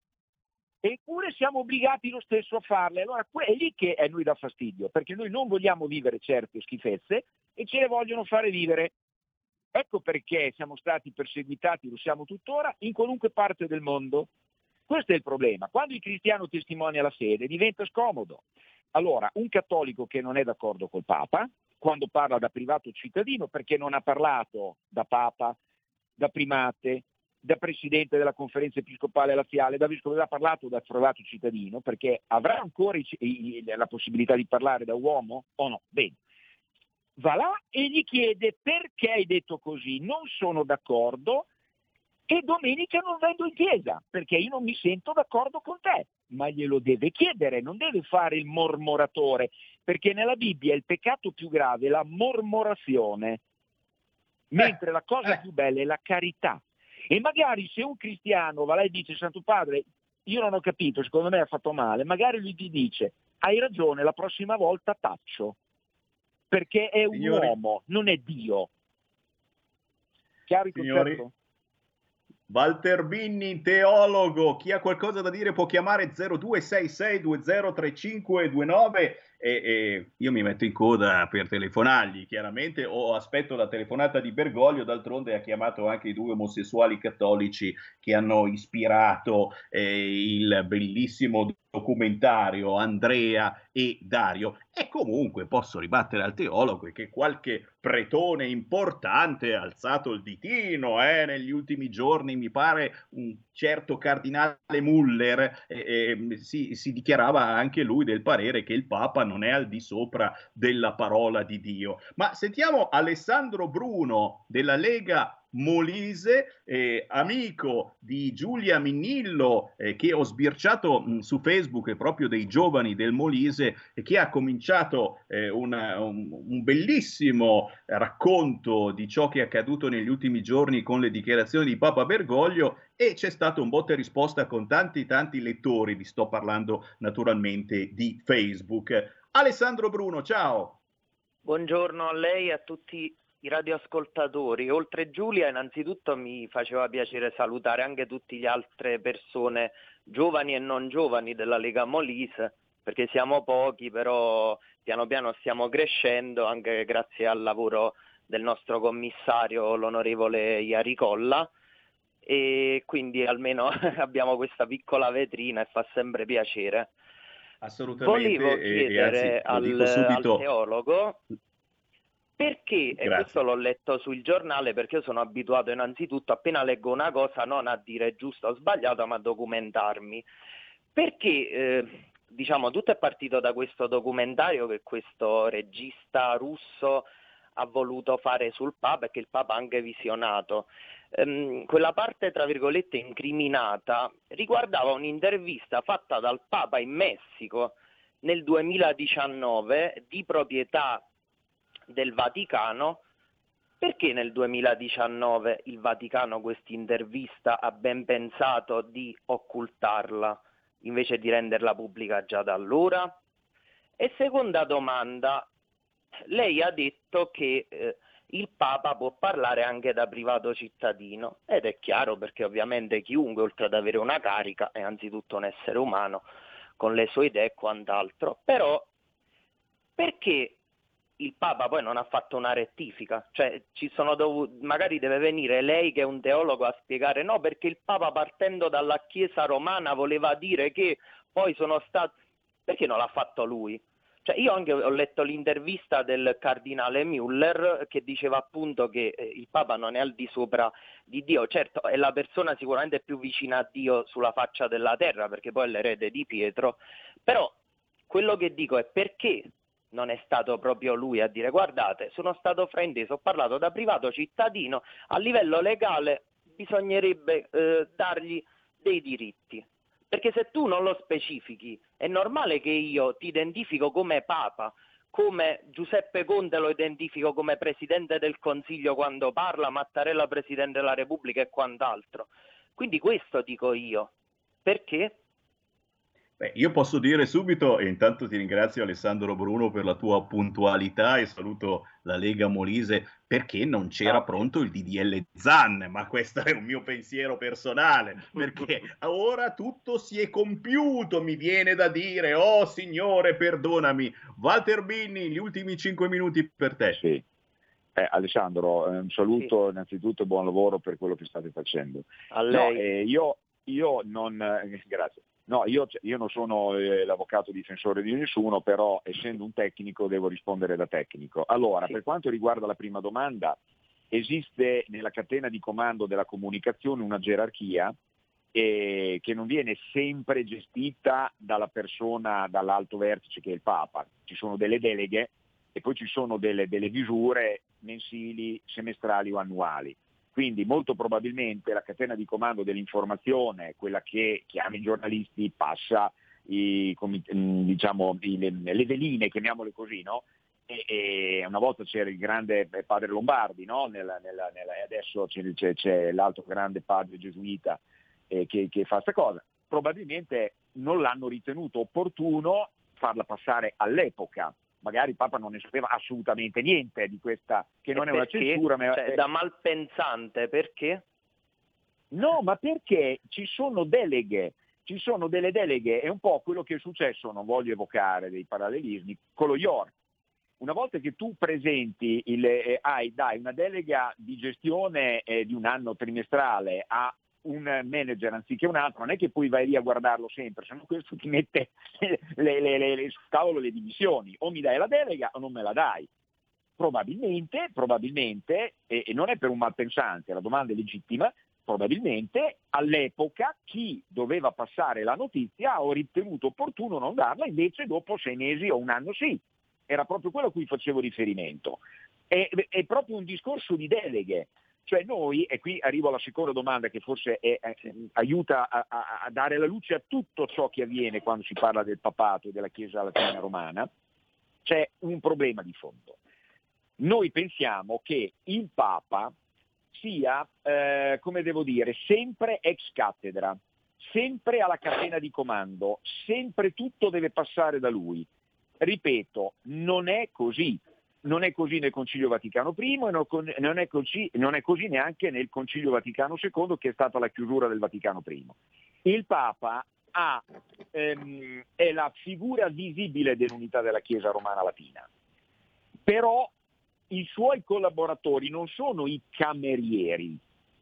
eppure siamo obbligati lo stesso a farle. Allora è lì che a noi dà fastidio, perché noi non vogliamo vivere certe schifezze e ce le vogliono fare vivere. Ecco perché siamo stati perseguitati, lo siamo tuttora, in qualunque parte del mondo. Questo è il problema. Quando il cristiano testimonia la fede diventa scomodo. Allora, un cattolico che non è d'accordo col Papa, quando parla da privato cittadino, perché non ha parlato da Papa, da primate, da presidente della conferenza episcopale laziale, da vescovo, ha parlato da privato cittadino, perché avrà ancora i, i, la possibilità di parlare da uomo o no? Bene. Va là e gli chiede: perché hai detto così? Non sono d'accordo. E domenica non vengo in chiesa perché io non mi sento d'accordo con te, ma glielo deve chiedere, non deve fare il mormoratore, perché nella Bibbia il peccato più grave è la mormorazione, mentre la cosa più bella è la carità. E magari se un cristiano va là e dice: Santo Padre, io non ho capito, secondo me ha fatto male, magari lui ti dice: hai ragione, la prossima volta taccio, perché è un Signori, uomo, non è Dio. Chiaro il concetto? Walter Binni, teologo, chi ha qualcosa da dire può chiamare zero due sei sei due zero tre cinque due nove e, e io mi metto in coda per telefonargli, chiaramente, o aspetto la telefonata di Bergoglio. D'altronde ha chiamato anche i due omosessuali cattolici che hanno ispirato eh, il bellissimo documentario Andrea e Dario, e comunque posso ribattere al teologo che qualche pretone importante ha alzato il ditino eh, negli ultimi giorni. Mi pare un certo cardinale Muller eh, eh, si, si dichiarava anche lui del parere che il Papa non è al di sopra della parola di Dio. Ma sentiamo Alessandro Bruno della Lega Molise, eh, amico di Giulia Minnillo, eh, che ho sbirciato mh, su Facebook, eh, proprio dei giovani del Molise, e che ha cominciato eh, una, un, un bellissimo racconto di ciò che è accaduto negli ultimi giorni con le dichiarazioni di Papa Bergoglio, e c'è stato un botta e risposta con tanti tanti lettori. Vi sto parlando naturalmente di Facebook. Alessandro Bruno, ciao. Buongiorno a lei e a tutti i radioascoltatori. Oltre Giulia, innanzitutto mi faceva piacere salutare anche tutte le altre persone giovani e non giovani della Lega Molise, perché siamo pochi, però piano piano stiamo crescendo anche grazie al lavoro del nostro commissario, l'onorevole Iaricolla, e quindi almeno abbiamo questa piccola vetrina e fa sempre piacere. Assolutamente. Volevo chiedere e anzi, al, subito... al teologo perché, Grazie. e questo l'ho letto sul giornale, perché io sono abituato innanzitutto appena leggo una cosa non a dire giusto o sbagliato, ma a documentarmi. Perché eh, diciamo tutto è partito da questo documentario che questo regista russo ha voluto fare sul Papa e che il Papa ha anche visionato. Ehm, quella parte tra virgolette incriminata riguardava un'intervista fatta dal Papa in Messico nel duemiladiciannove di proprietà del Vaticano. Perché nel duemiladiciannove il Vaticano questa intervista ha ben pensato di occultarla invece di renderla pubblica già da allora? E seconda domanda, lei ha detto che eh, il Papa può parlare anche da privato cittadino, ed è chiaro, perché ovviamente chiunque, oltre ad avere una carica, è anzitutto un essere umano con le sue idee e quant'altro. Però perché il Papa poi non ha fatto una rettifica? Cioè ci sono dovuti, magari deve venire lei che è un teologo a spiegare no, perché il Papa, partendo dalla Chiesa romana, voleva dire che poi sono stato... Perché non l'ha fatto lui? Cioè, io anche ho letto l'intervista del cardinale Müller che diceva appunto che eh, il Papa non è al di sopra di Dio. Certo, è la persona sicuramente più vicina a Dio sulla faccia della terra, perché poi è l'erede di Pietro, però quello che dico è perché non è stato proprio lui a dire guardate, sono stato frainteso, ho parlato da privato cittadino, a livello legale bisognerebbe eh, dargli dei diritti. Perché se tu non lo specifichi, è normale che io ti identifico come Papa, come Giuseppe Conte lo identifico come Presidente del Consiglio quando parla, Mattarella Presidente della Repubblica e quant'altro. Quindi questo dico io. Perché? Beh, io posso dire subito, e intanto ti ringrazio Alessandro Bruno per la tua puntualità e saluto la Lega Molise, perché non c'era pronto il D D L Zan, ma questo è un mio pensiero personale, perché ora tutto si è compiuto, mi viene da dire, oh signore perdonami. Walter Binni, gli ultimi cinque minuti per te. Sì. Eh, Alessandro, eh, un saluto sì. Innanzitutto e buon lavoro per quello che state facendo. A lei. No, eh, io, io non... Eh, grazie. No, io, io non sono eh, l'avvocato difensore di nessuno, però essendo un tecnico devo rispondere da tecnico. Allora, sì. Per quanto riguarda la prima domanda, esiste nella catena di comando della comunicazione una gerarchia eh, che non viene sempre gestita dalla persona, dall'alto vertice che è il Papa. Ci sono delle deleghe e poi ci sono delle, delle misure mensili, semestrali o annuali. Quindi molto probabilmente la catena di comando dell'informazione, quella che chiama i giornalisti, passa i, diciamo, i, le, le veline, chiamiamole così, no? E, e una volta c'era il grande padre Lombardi, no? Nella, nella, nella, e adesso c'è, c'è, c'è l'altro grande padre gesuita eh, che, che fa questa cosa. Probabilmente non l'hanno ritenuto opportuno farla passare all'epoca. Magari il Papa non ne sapeva assolutamente niente di questa, che non e è una perché? censura. Ma cioè, è... da malpensante, perché? No, ma perché ci sono deleghe, ci sono delle deleghe, è un po' quello che è successo, non voglio evocare dei parallelismi, con lo York. Una volta che tu presenti, il, eh, hai, dai una delega di gestione eh, di un anno trimestrale a un manager anziché un altro, non è che poi vai lì a guardarlo sempre, se no questo ti mette le, le, le, le, sul tavolo le divisioni, o mi dai la delega o non me la dai. Probabilmente, probabilmente, e, e non è per un malpensante, la domanda è legittima, probabilmente all'epoca chi doveva passare la notizia ha ritenuto opportuno non darla, invece dopo sei mesi o un anno sì. Era proprio quello a cui facevo riferimento. È, è proprio un discorso di deleghe. Cioè noi, e qui arrivo alla seconda domanda che forse è, è, aiuta a, a, a dare la luce a tutto ciò che avviene quando si parla del papato e della Chiesa latina romana, c'è un problema di fondo. Noi pensiamo che il Papa sia, eh, come devo dire, sempre ex cattedra, sempre alla catena di comando, sempre tutto deve passare da lui. Ripeto, non è così. Non è così nel Concilio Vaticano primo e non è così, non è così neanche nel Concilio Vaticano secondo, che è stata la chiusura del Vaticano primo. Il Papa ha, ehm, è la figura visibile dell'unità della Chiesa romana latina, però i suoi collaboratori non sono i camerieri.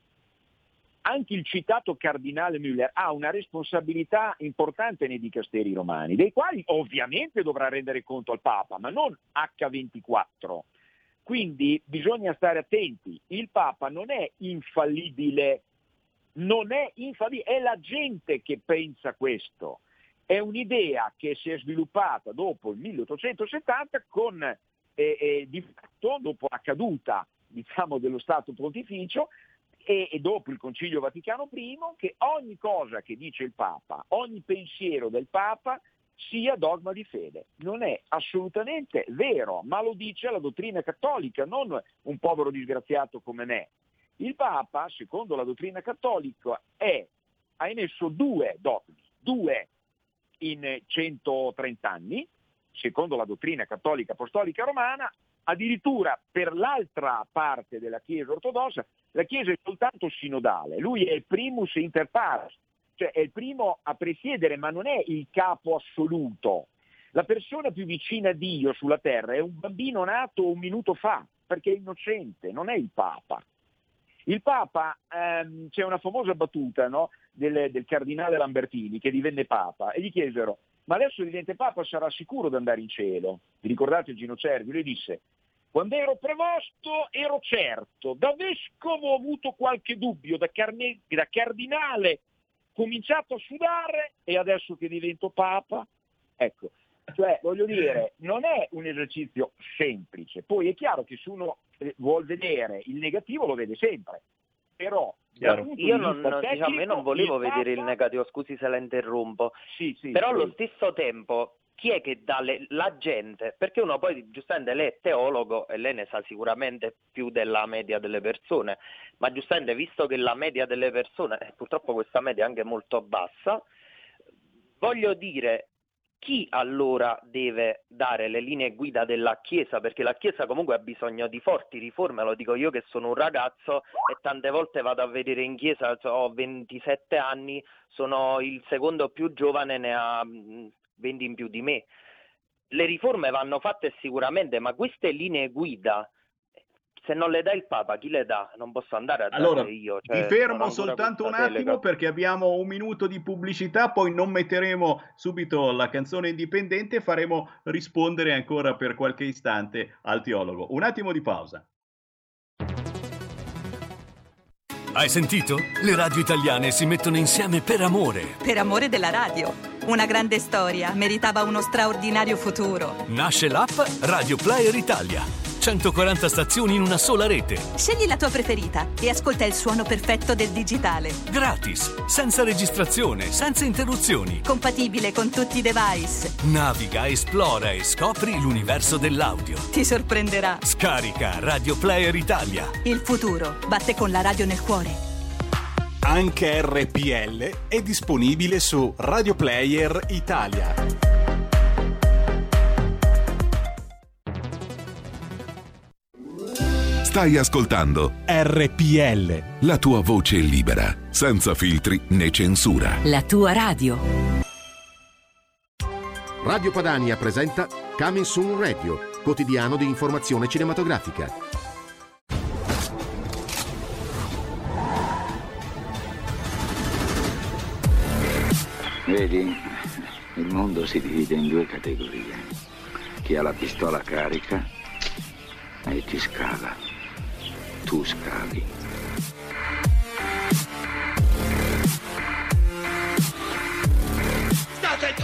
Anche il citato cardinale Müller ha una responsabilità importante nei dicasteri romani, dei quali ovviamente dovrà rendere conto al Papa, ma non acca ventiquattro. Quindi bisogna stare attenti, il Papa non è infallibile, non è infallibile, è la gente che pensa questo. È un'idea che si è sviluppata dopo il milleottocentosettanta con, eh, eh, di fatto, dopo la caduta, diciamo, dello Stato Pontificio, E, e dopo il Concilio Vaticano primo, che ogni cosa che dice il Papa, ogni pensiero del Papa sia dogma di fede. Non è assolutamente vero, ma lo dice la dottrina cattolica, non un povero disgraziato come me. Il Papa, secondo la dottrina cattolica, è, ha emesso due dogmi, due in centotrenta anni, secondo la dottrina cattolica apostolica romana. Addirittura per l'altra parte della Chiesa ortodossa, la Chiesa è soltanto sinodale, lui è il primus inter pares, cioè è il primo a presiedere, ma non è il capo assoluto. La persona più vicina a Dio sulla terra è un bambino nato un minuto fa, perché è innocente, non è il Papa. Il Papa, ehm, c'è una famosa battuta, no, del, del cardinale Lambertini che divenne Papa, e gli chiesero: ma adesso il divente Papa sarà sicuro di andare in cielo. Vi ricordate Gino Cervi? Lui disse: quando ero prevosto ero certo, da vescovo ho avuto qualche dubbio, da, carne, da cardinale cominciato a sudare e adesso che divento Papa, ecco, cioè voglio dire, non è un esercizio semplice. Poi è chiaro che se uno vuol vedere il negativo lo vede sempre, però io non, non, diciamo, io non volevo il vedere Papa... il negativo, scusi se la interrompo, sì, sì, però sì. allo stesso tempo chi è che dà le, la gente, perché uno poi giustamente lei è teologo e lei ne sa sicuramente più della media delle persone, ma giustamente visto che la media delle persone, eh, purtroppo questa media è anche molto bassa, voglio dire, chi allora deve dare le linee guida della Chiesa? Perché la Chiesa comunque ha bisogno di forti riforme, lo dico io che sono un ragazzo e tante volte vado a vedere in Chiesa, ho ventisette anni, sono il secondo più giovane, ne ha venti in più di me. Le riforme vanno fatte sicuramente, ma queste linee guida, se non le dà il Papa, chi le dà? Non posso andare a allora, darle io. Cioè, vi fermo soltanto un attimo delega. perché abbiamo un minuto di pubblicità, poi non metteremo subito la canzone indipendente, faremo rispondere ancora per qualche istante al teologo. Un attimo di pausa. Hai sentito? Le radio italiane si mettono insieme per amore. Per amore della radio. Una grande storia meritava uno straordinario futuro. Nasce l'app Radio Player Italia. centoquaranta stazioni in una sola rete. Scegli la tua preferita e ascolta il suono perfetto del digitale. Gratis, senza registrazione, senza interruzioni. Compatibile con tutti i device. Naviga, esplora e scopri l'universo dell'audio. Ti sorprenderà. Scarica Radio Player Italia. Il futuro batte con la radio nel cuore. Anche R P L è disponibile su Radio Player Italia. Stai ascoltando R P L, la tua voce libera, senza filtri né censura. La tua radio. Radio Padania presenta Coming Soon Radio, quotidiano di informazione cinematografica. Vedi, il mondo si divide in due categorie. Chi ha la pistola carica e chi scava. Tu scavi. Sta attento!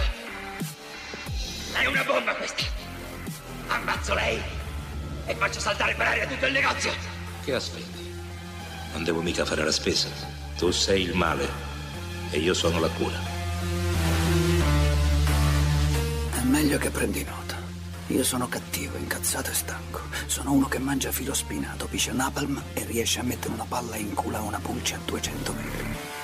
È una bomba questa! Ammazzo lei e faccio saltare per aria tutto il negozio! Che aspetti? Non devo mica fare la spesa. Tu sei il male e io sono la cura. È meglio che prendi nota. Io sono cattivo, incazzato e stanco. Sono uno che mangia filo spinato, piscia napalm e riesce a mettere una palla in culo a una pulce a duecento metri.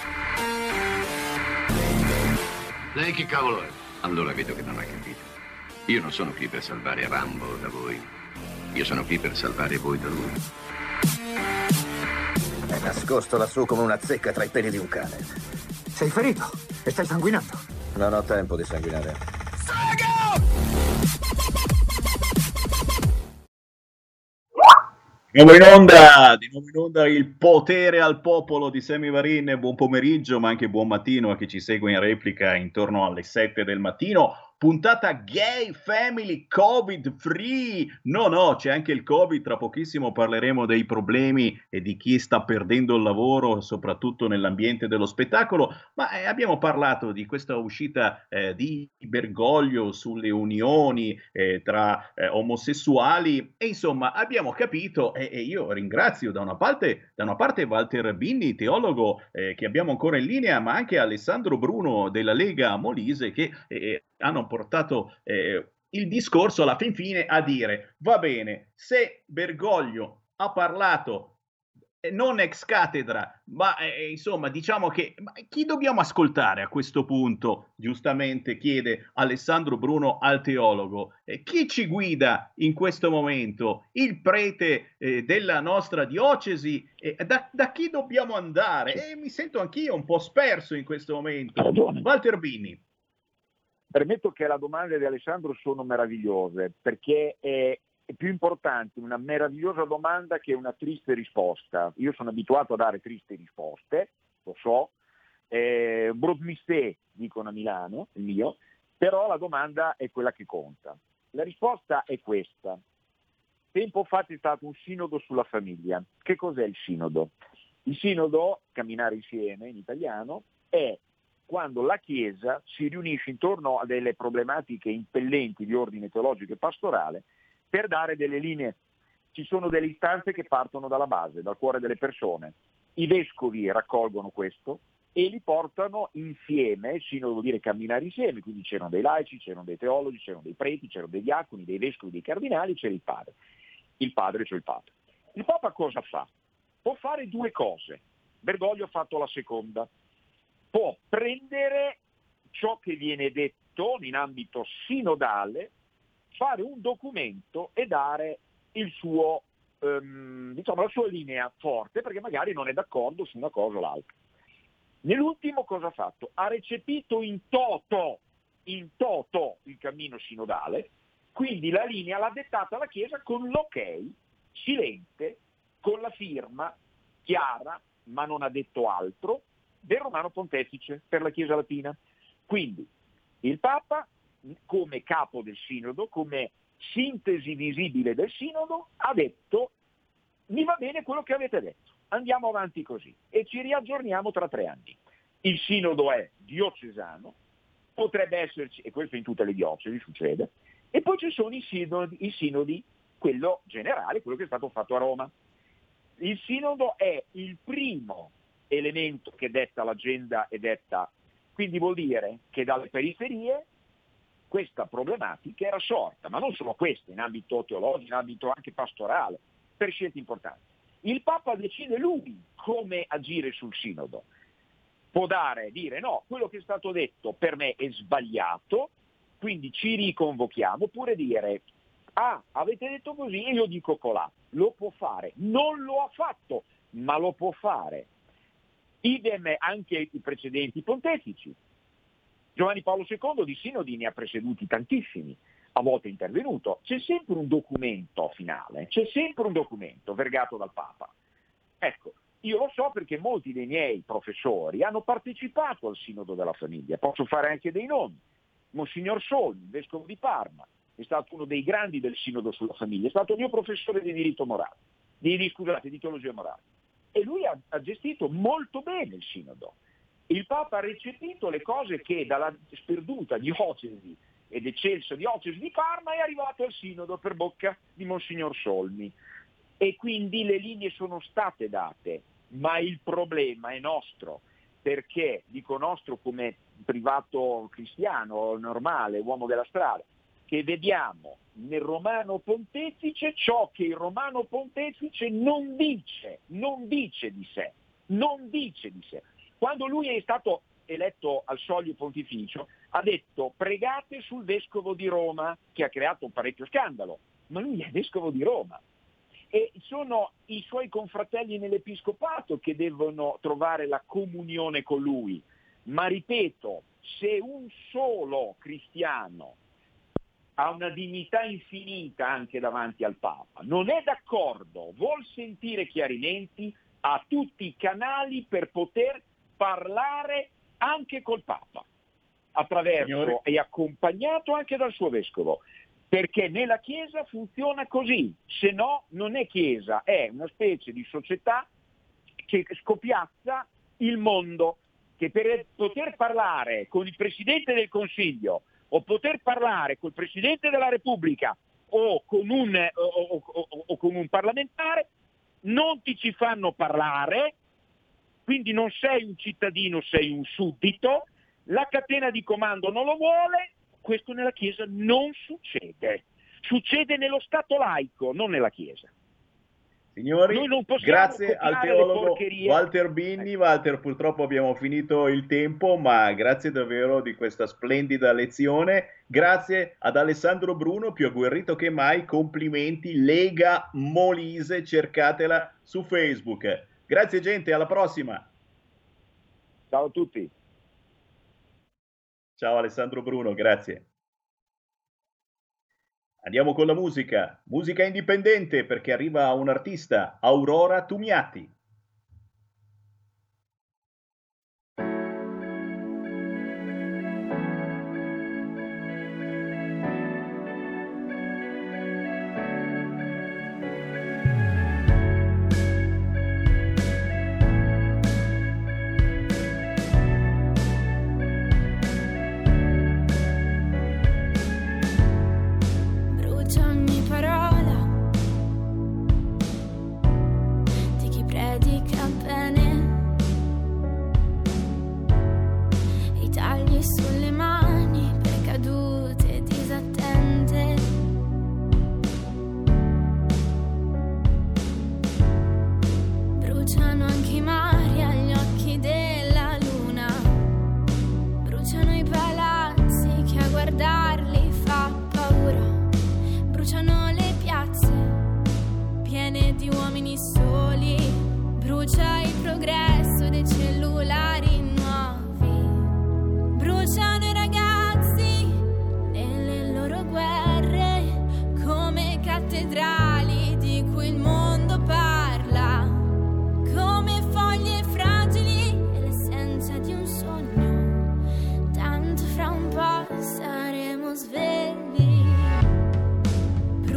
Lei chi cavolo è? Allora vedo che non ha capito. Io non sono qui per salvare Rambo da voi. Io sono qui per salvare voi da lui. È nascosto lassù come una zecca tra i peli di un cane. Sei ferito e stai sanguinando. Non ho tempo di sanguinare. Di nuovo in onda, di nuovo in onda il potere al popolo di Sammy Varin. Buon pomeriggio, ma anche buon mattino a chi ci segue in replica intorno alle sette del mattino. Puntata gay, family, covid free. No, no, c'è anche il Covid. Tra pochissimo parleremo dei problemi e di chi sta perdendo il lavoro, soprattutto nell'ambiente dello spettacolo. Ma eh, abbiamo parlato di questa uscita eh, di Bergoglio sulle unioni eh, tra eh, omosessuali. E insomma, abbiamo capito, e, e io ringrazio da una parte, da una parte Walter Binni, teologo eh, che abbiamo ancora in linea, ma anche Alessandro Bruno della Lega Molise, che eh, hanno portato eh, il discorso alla fin fine a dire: va bene, se Bergoglio ha parlato eh, non ex cattedra, ma eh, insomma diciamo che ma chi dobbiamo ascoltare a questo punto? Giustamente chiede Alessandro Bruno al teologo. Eh, chi ci guida in questo momento? Il prete eh, della nostra diocesi? Eh, da, da chi dobbiamo andare? E eh, mi sento anch'io un po' sperso in questo momento. Walter Binni. Permetto che le domande di Alessandro sono meravigliose, perché è, è più importante una meravigliosa domanda che una triste risposta. Io sono abituato a dare tristi risposte, lo so, eh, Brodmistè dicono a Milano, il mio, Però la domanda è quella che conta. La risposta è questa. Tempo fa c'è stato un sinodo sulla famiglia. Che cos'è il sinodo? Il sinodo, camminare insieme in italiano, è quando la Chiesa si riunisce intorno a delle problematiche impellenti di ordine teologico e pastorale per dare delle linee. Ci sono delle istanze che partono dalla base, dal cuore delle persone. I vescovi raccolgono questo e li portano insieme. Sinodo vuol dire camminare insieme, quindi c'erano dei laici, c'erano dei teologi, c'erano dei preti, c'erano dei diaconi, dei vescovi, dei cardinali, c'era il padre. Il padre, cioè il Papa. Il Papa cosa fa? Può fare due cose. Bergoglio ha fatto la seconda. Può prendere ciò che viene detto in ambito sinodale, fare un documento e dare il suo, ehm, diciamo, la sua linea forte, perché magari non è d'accordo su una cosa o l'altra. Nell'ultimo cosa ha fatto? Ha recepito in toto, in toto il cammino sinodale, quindi la linea l'ha dettata la Chiesa con l'ok, silente, con la firma chiara, ma non ha detto altro, del Romano Pontefice per la Chiesa Latina. Quindi il Papa, come capo del Sinodo, come sintesi visibile del Sinodo, ha detto: mi va bene quello che avete detto, andiamo avanti così e ci riaggiorniamo tra tre anni. Il Sinodo è diocesano, potrebbe esserci, e questo in tutte le diocesi succede, e poi ci sono i sinodi, i sinodi, quello generale, quello che è stato fatto a Roma. Il Sinodo è il primo elemento che detta l'agenda e detta, quindi vuol dire che dalle periferie questa problematica era sorta, ma non solo questa, in ambito teologico, in ambito anche pastorale, per scelte importanti. Il Papa decide lui come agire sul Sinodo. Può dare, dire no, quello che è stato detto per me è sbagliato, quindi ci riconvochiamo, oppure dire ah, avete detto così e io dico colà. Lo può fare, non lo ha fatto, ma lo può fare. Idem anche i precedenti pontefici. Giovanni Paolo secondo di sinodi ne ha preceduti tantissimi, a volte è intervenuto. C'è sempre un documento finale, c'è sempre un documento vergato dal Papa. Ecco, io lo so perché molti dei miei professori hanno partecipato al Sinodo della Famiglia, posso fare anche dei nomi. Monsignor Solmi, vescovo di Parma, è stato uno dei grandi del Sinodo sulla Famiglia, è stato il mio professore di diritto morale, di, di, scusate, di teologia morale. E lui ha, ha gestito molto bene il Sinodo. Il Papa ha recepito le cose che dalla sperduta diocesi ed eccelsa diocesi di Parma è arrivato al Sinodo per bocca di Monsignor Solmi. E quindi le linee sono state date, ma il problema è nostro, perché dico nostro come privato cristiano, normale, uomo della strada, che vediamo nel Romano Pontefice ciò che il Romano Pontefice non dice, non dice di sé, non dice di sé. Quando lui è stato eletto al soglio pontificio ha detto pregate sul vescovo di Roma, che ha creato un parecchio scandalo, ma lui è vescovo di Roma. E sono i suoi confratelli nell'episcopato che devono trovare la comunione con lui. Ma ripeto, se un solo cristiano ha una dignità infinita anche davanti al Papa, non è d'accordo, vuol sentire chiarimenti, ha tutti i canali per poter parlare anche col Papa, attraverso Signori. E accompagnato anche dal suo vescovo. Perché nella Chiesa funziona così, se no non è Chiesa, è una specie di società che scopiazza il mondo, che per poter parlare con il Presidente del Consiglio o poter parlare col Presidente della Repubblica o con un, o, o, o, o con un parlamentare non ti ci fanno parlare, quindi non sei un cittadino, sei un suddito, la catena di comando non lo vuole. Questo nella Chiesa non succede, succede nello Stato laico, non nella Chiesa. Signori, Noi non grazie al teologo Walter Binni. Walter, purtroppo abbiamo finito il tempo, ma grazie davvero di questa splendida lezione. Grazie ad Alessandro Bruno, più agguerrito che mai, complimenti, Lega Molise, cercatela su Facebook. Grazie gente, alla prossima. Ciao a tutti. Ciao Alessandro Bruno, grazie. Andiamo con la musica, musica indipendente perché arriva un artista, Aurora Tumiati.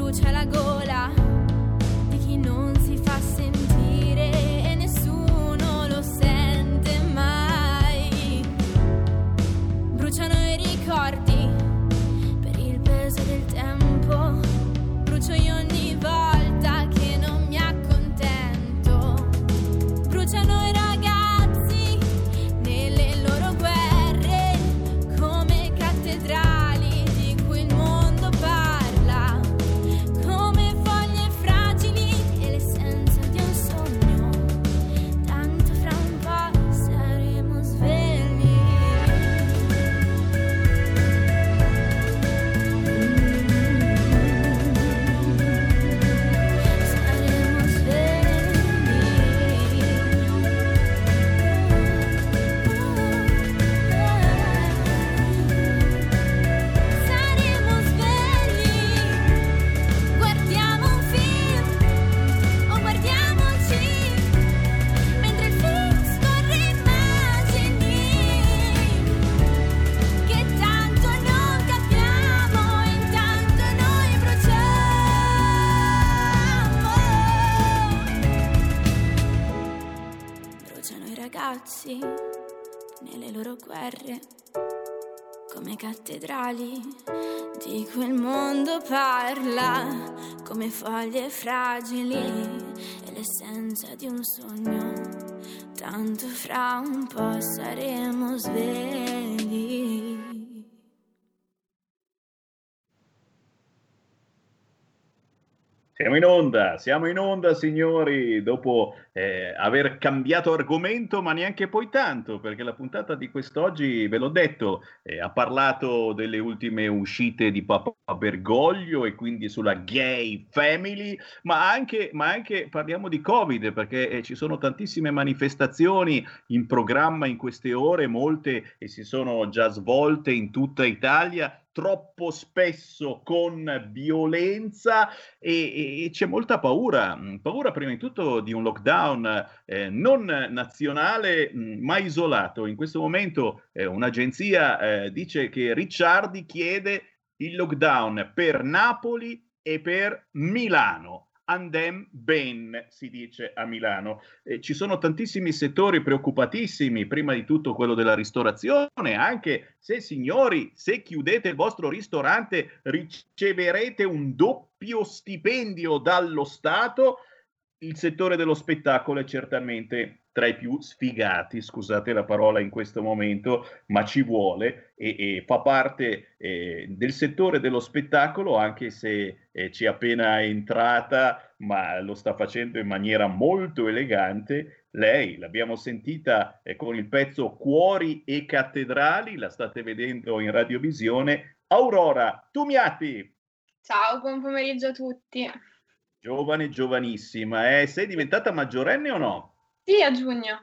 brucia la gola di chi non si fa sentire e nessuno lo sente mai. Bruciano i ricordi per il peso del tempo, brucio io ogni volta che non mi accontento. Bruciano i ragazzi nelle loro guerre come cattedrali di cui il mondo parla, come foglie fragili e l'essenza di un sogno. Tanto fra un po' saremo svegli. Saremo Saremo svegli, guardiamo un film o guardiamoci mentre il film scorre immagini che tanto non capiamo, intanto noi bruciamo. Bruciano i ragazzi nelle loro guerre come cattedrali di cui il mondo parla, come foglie fragili e l'essenza di un sogno. Tanto fra un po' saremo svegli. Siamo in onda, siamo in onda signori, dopo eh, aver cambiato argomento, ma neanche poi tanto, perché la puntata di quest'oggi, ve l'ho detto, eh, ha parlato delle ultime uscite di Papa Bergoglio e quindi sulla gay family, ma anche, ma anche parliamo di Covid, perché eh, ci sono tantissime manifestazioni in programma in queste ore, molte e si sono già svolte in tutta Italia, troppo spesso con violenza e, e c'è molta paura, paura prima di tutto di un lockdown eh, non nazionale ma isolato. In questo momento eh, un'agenzia eh, dice che Ricciardi chiede il lockdown per Napoli e per Milano. Andem ben, si dice a Milano. Eh, ci sono tantissimi settori preoccupatissimi, prima di tutto quello della ristorazione, anche se signori, se chiudete il vostro ristorante riceverete un doppio stipendio dallo Stato. Il settore dello spettacolo è certamente tra i più sfigati, scusate la parola in questo momento, ma ci vuole e, e fa parte eh, del settore dello spettacolo, anche se eh, ci è appena entrata, ma lo sta facendo in maniera molto elegante. Lei, l'abbiamo sentita eh, con il pezzo Cuori e Cattedrali, la state vedendo in radiovisione. Aurora Tumiati! Ciao, buon pomeriggio a tutti. Giovane, giovanissima, eh? Sei diventata maggiorenne o no? Sì, a giugno.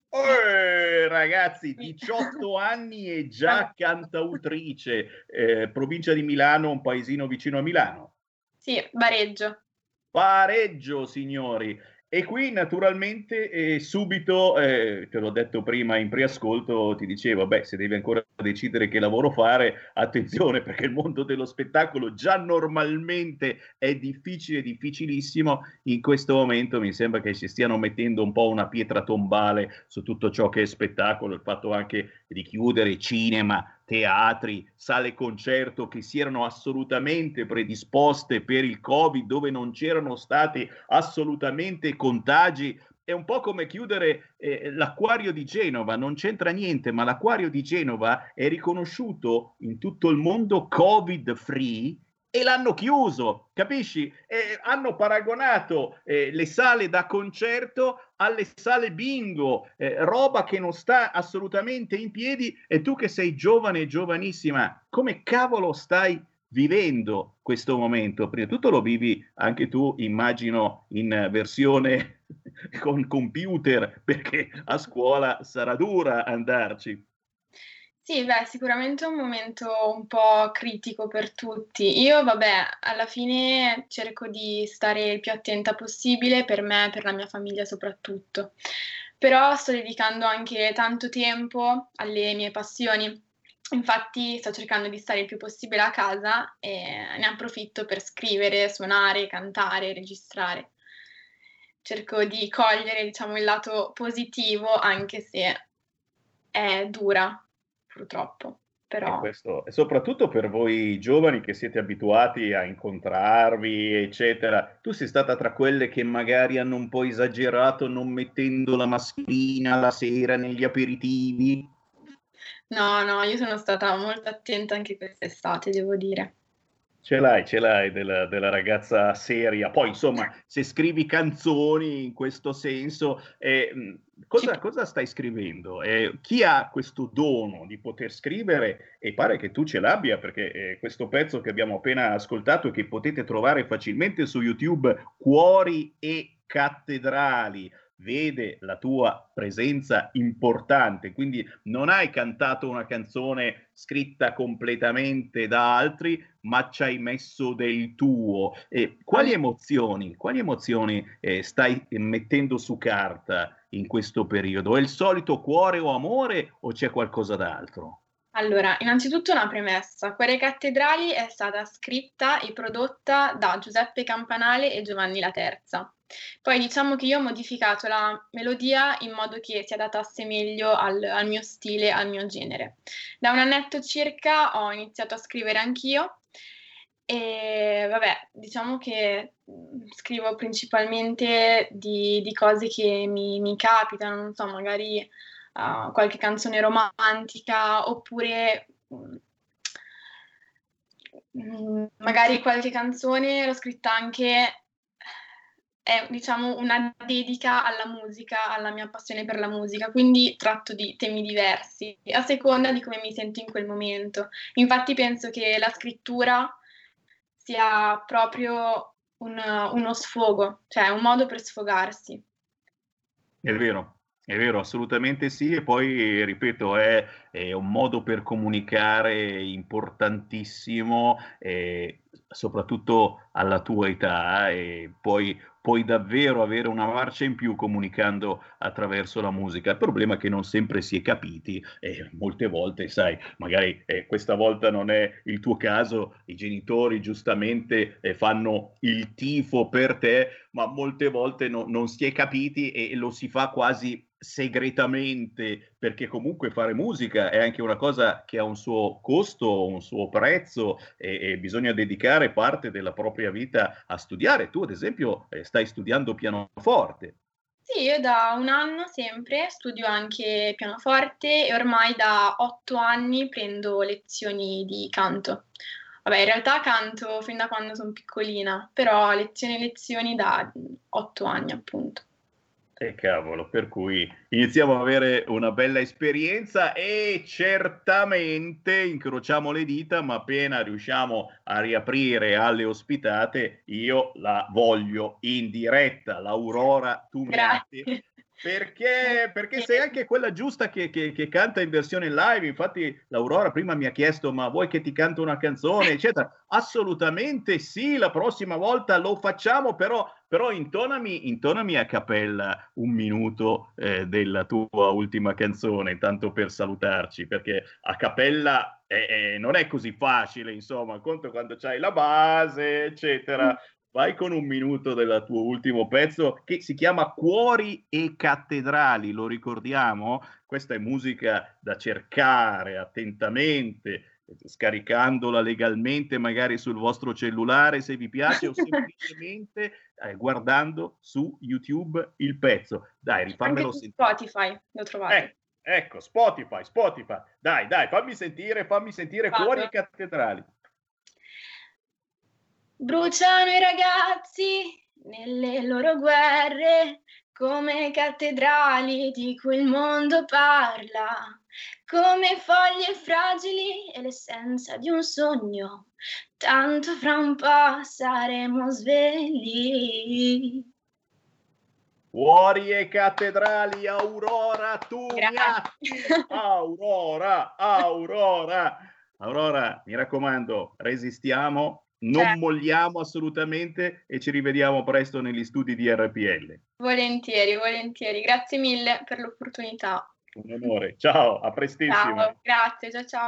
Eh, ragazzi, diciotto anni e già cantautrice, eh, provincia di Milano, un paesino vicino a Milano. Sì, Bareggio. Pareggio, signori. E qui naturalmente eh, subito, eh, te l'ho detto prima in preascolto, ti dicevo, beh, se devi ancora decidere che lavoro fare, attenzione, perché il mondo dello spettacolo già normalmente è difficile, difficilissimo. In questo momento mi sembra che si stiano mettendo un po' una pietra tombale su tutto ciò che è spettacolo, il fatto anche di chiudere cinema, teatri, sale concerto che si erano assolutamente predisposte per il Covid, dove non c'erano stati assolutamente contagi. È un po' come chiudere eh, l'acquario di Genova, non c'entra niente, ma l'acquario di Genova è riconosciuto in tutto il mondo Covid free e l'hanno chiuso, capisci? Eh, hanno paragonato eh, le sale da concerto alle sale bingo, eh, roba che non sta assolutamente in piedi. E tu che sei giovane e giovanissima, come cavolo stai vivendo questo momento? Prima di tutto lo vivi anche tu, immagino, in versione con computer, perché a scuola sarà dura andarci. Sì, beh, sicuramente è un momento un po' critico per tutti. Io, vabbè, alla fine cerco di stare il più attenta possibile, per me e per la mia famiglia soprattutto. Però sto dedicando anche tanto tempo alle mie passioni, infatti sto cercando di stare il più possibile a casa e ne approfitto per scrivere, suonare, cantare, registrare. Cerco di cogliere, diciamo, il lato positivo, anche se è dura, purtroppo. Però... E questo, e soprattutto per voi giovani che siete abituati a incontrarvi, eccetera. Tu sei stata tra quelle che magari hanno un po' esagerato non mettendo la mascherina la sera negli aperitivi? No, no, io sono stata molto attenta anche quest'estate, devo dire. Ce l'hai, ce l'hai della, della ragazza seria. Poi, insomma, se scrivi canzoni in questo senso, eh, cosa, cosa stai scrivendo? Eh, chi ha questo dono di poter scrivere, e pare che tu ce l'abbia, perché eh, questo pezzo che abbiamo appena ascoltato e che potete trovare facilmente su YouTube, Cuori e Cattedrali, vede la tua presenza importante, quindi non hai cantato una canzone scritta completamente da altri, ma ci hai messo del tuo. E quali emozioni, quali emozioni eh, stai mettendo su carta in questo periodo? È il solito cuore o amore o c'è qualcosa d'altro? Allora, innanzitutto una premessa. Cuori e Cattedrali è stata scritta e prodotta da Giuseppe Campanale e Giovanni La Terza. Poi diciamo che io ho modificato la melodia in modo che si adattasse meglio al, al mio stile, al mio genere. Da un annetto circa ho iniziato a scrivere anch'io e vabbè, diciamo che scrivo principalmente di, di cose che mi, mi capitano, non so, magari uh, qualche canzone romantica oppure um, magari qualche canzone l'ho scritta anche... è diciamo una dedica alla musica, alla mia passione per la musica, quindi tratto di temi diversi, a seconda di come mi sento in quel momento. Infatti penso che la scrittura sia proprio un, uno sfogo, cioè un modo per sfogarsi. È vero, è vero, assolutamente sì, e poi, ripeto, è, è un modo per comunicare importantissimo, eh, soprattutto alla tua età, e poi puoi davvero avere una marcia in più comunicando attraverso la musica. Il problema è che non sempre si è capiti e molte volte, sai, magari eh, questa volta non è il tuo caso, i genitori giustamente eh, fanno il tifo per te, ma molte volte no, non si è capiti e, e lo si fa quasi segretamente, perché comunque fare musica è anche una cosa che ha un suo costo, un suo prezzo e, e bisogna dedicare parte della propria vita a studiare. Tu ad esempio eh, stai studiando pianoforte. Sì, io da un anno sempre studio anche pianoforte e ormai da otto anni prendo lezioni di canto. Vabbè, in realtà canto fin da quando sono piccolina, però lezioni e lezioni da otto anni appunto. E cavolo, per cui iniziamo ad avere una bella esperienza e certamente incrociamo le dita, ma appena riusciamo a riaprire alle ospitate, io la voglio in diretta, l'Aurora Tumiati. Perché, perché sei anche quella giusta che, che, che canta in versione live. Infatti l'Aurora prima mi ha chiesto: ma vuoi che ti canto una canzone, eccetera. Assolutamente sì, la prossima volta lo facciamo, però, però intonami, intonami a cappella un minuto eh, della tua ultima canzone, tanto per salutarci, perché a cappella eh, eh, non è così facile, insomma, conto quando c'hai la base, eccetera. Vai con un minuto del tuo ultimo pezzo che si chiama Cuori e Cattedrali, lo ricordiamo? Questa è musica da cercare attentamente, scaricandola legalmente magari sul vostro cellulare se vi piace o semplicemente eh, guardando su YouTube il pezzo. Dai, rifammelo Anche su sentire. Spotify lo trovate. Eh, ecco, Spotify, Spotify. Dai, dai, fammi sentire, fammi sentire Vado. Cuori e Cattedrali. Bruciano i ragazzi nelle loro guerre come cattedrali di cui il mondo parla, come foglie fragili e l'essenza di un sogno, tanto fra un po' saremo svegli. Cuori e Cattedrali, Aurora Tumiati. Aurora, Aurora. Aurora, mi raccomando, resistiamo. Non certo. molliamo assolutamente e ci rivediamo presto negli studi di R P L. Volentieri, volentieri. Grazie mille per l'opportunità. Un onore. Ciao, a prestissimo. Ciao, grazie, ciao ciao.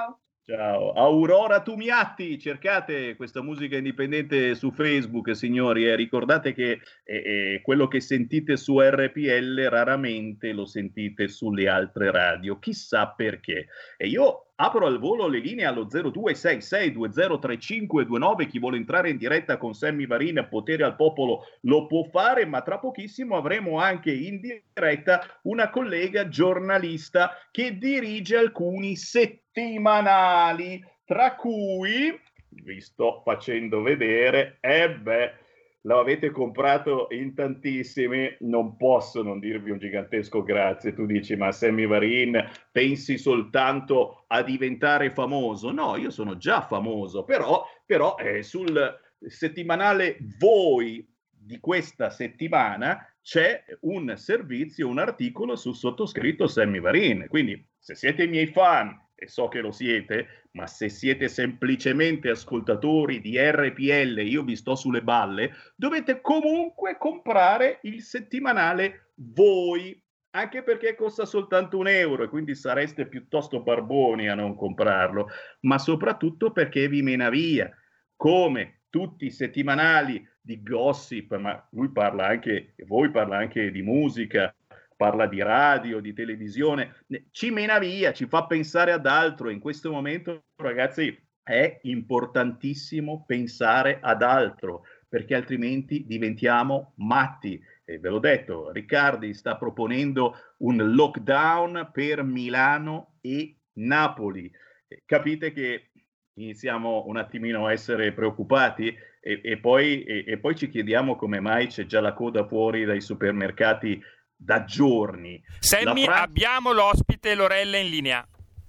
Ciao. Aurora Tumiatti, cercate questa musica indipendente su Facebook, signori, e ricordate che eh, eh, quello che sentite su R P L raramente lo sentite sulle altre radio, chissà perché. E io apro al volo le linee allo zero due sei sei due zero tre cinque due nove, chi vuole entrare in diretta con Sammy Varin, Potere al Popolo, lo può fare, ma tra pochissimo avremo anche in diretta una collega giornalista che dirige alcuni settimanali, tra cui, vi sto facendo vedere, e beh, lo avete comprato in tantissimi, non posso non dirvi un gigantesco grazie. Tu dici, ma Sammy Varin, pensi soltanto a diventare famoso? No, io sono già famoso, però, però eh, sul settimanale Voi di questa settimana c'è un servizio, un articolo sul sottoscritto Sammy Varin. Quindi, se siete i miei fan, e so che lo siete, ma se siete semplicemente ascoltatori di R P L, io vi sto sulle balle, dovete comunque comprare il settimanale Voi, anche perché costa soltanto un euro e quindi sareste piuttosto barboni a non comprarlo, ma soprattutto perché vi mena via, come tutti i settimanali di gossip, ma lui parla anche, Voi parla anche di musica, parla di radio, di televisione, ci mena via, ci fa pensare ad altro. In questo momento, ragazzi, è importantissimo pensare ad altro, perché altrimenti diventiamo matti. E ve l'ho detto, Riccardi sta proponendo un lockdown per Milano e Napoli. Capite che iniziamo un attimino a essere preoccupati e, e, poi, e, e poi ci chiediamo come mai c'è già la coda fuori dai supermercati da giorni. Sammy, Fran- abbiamo l'ospite Lorella in linea.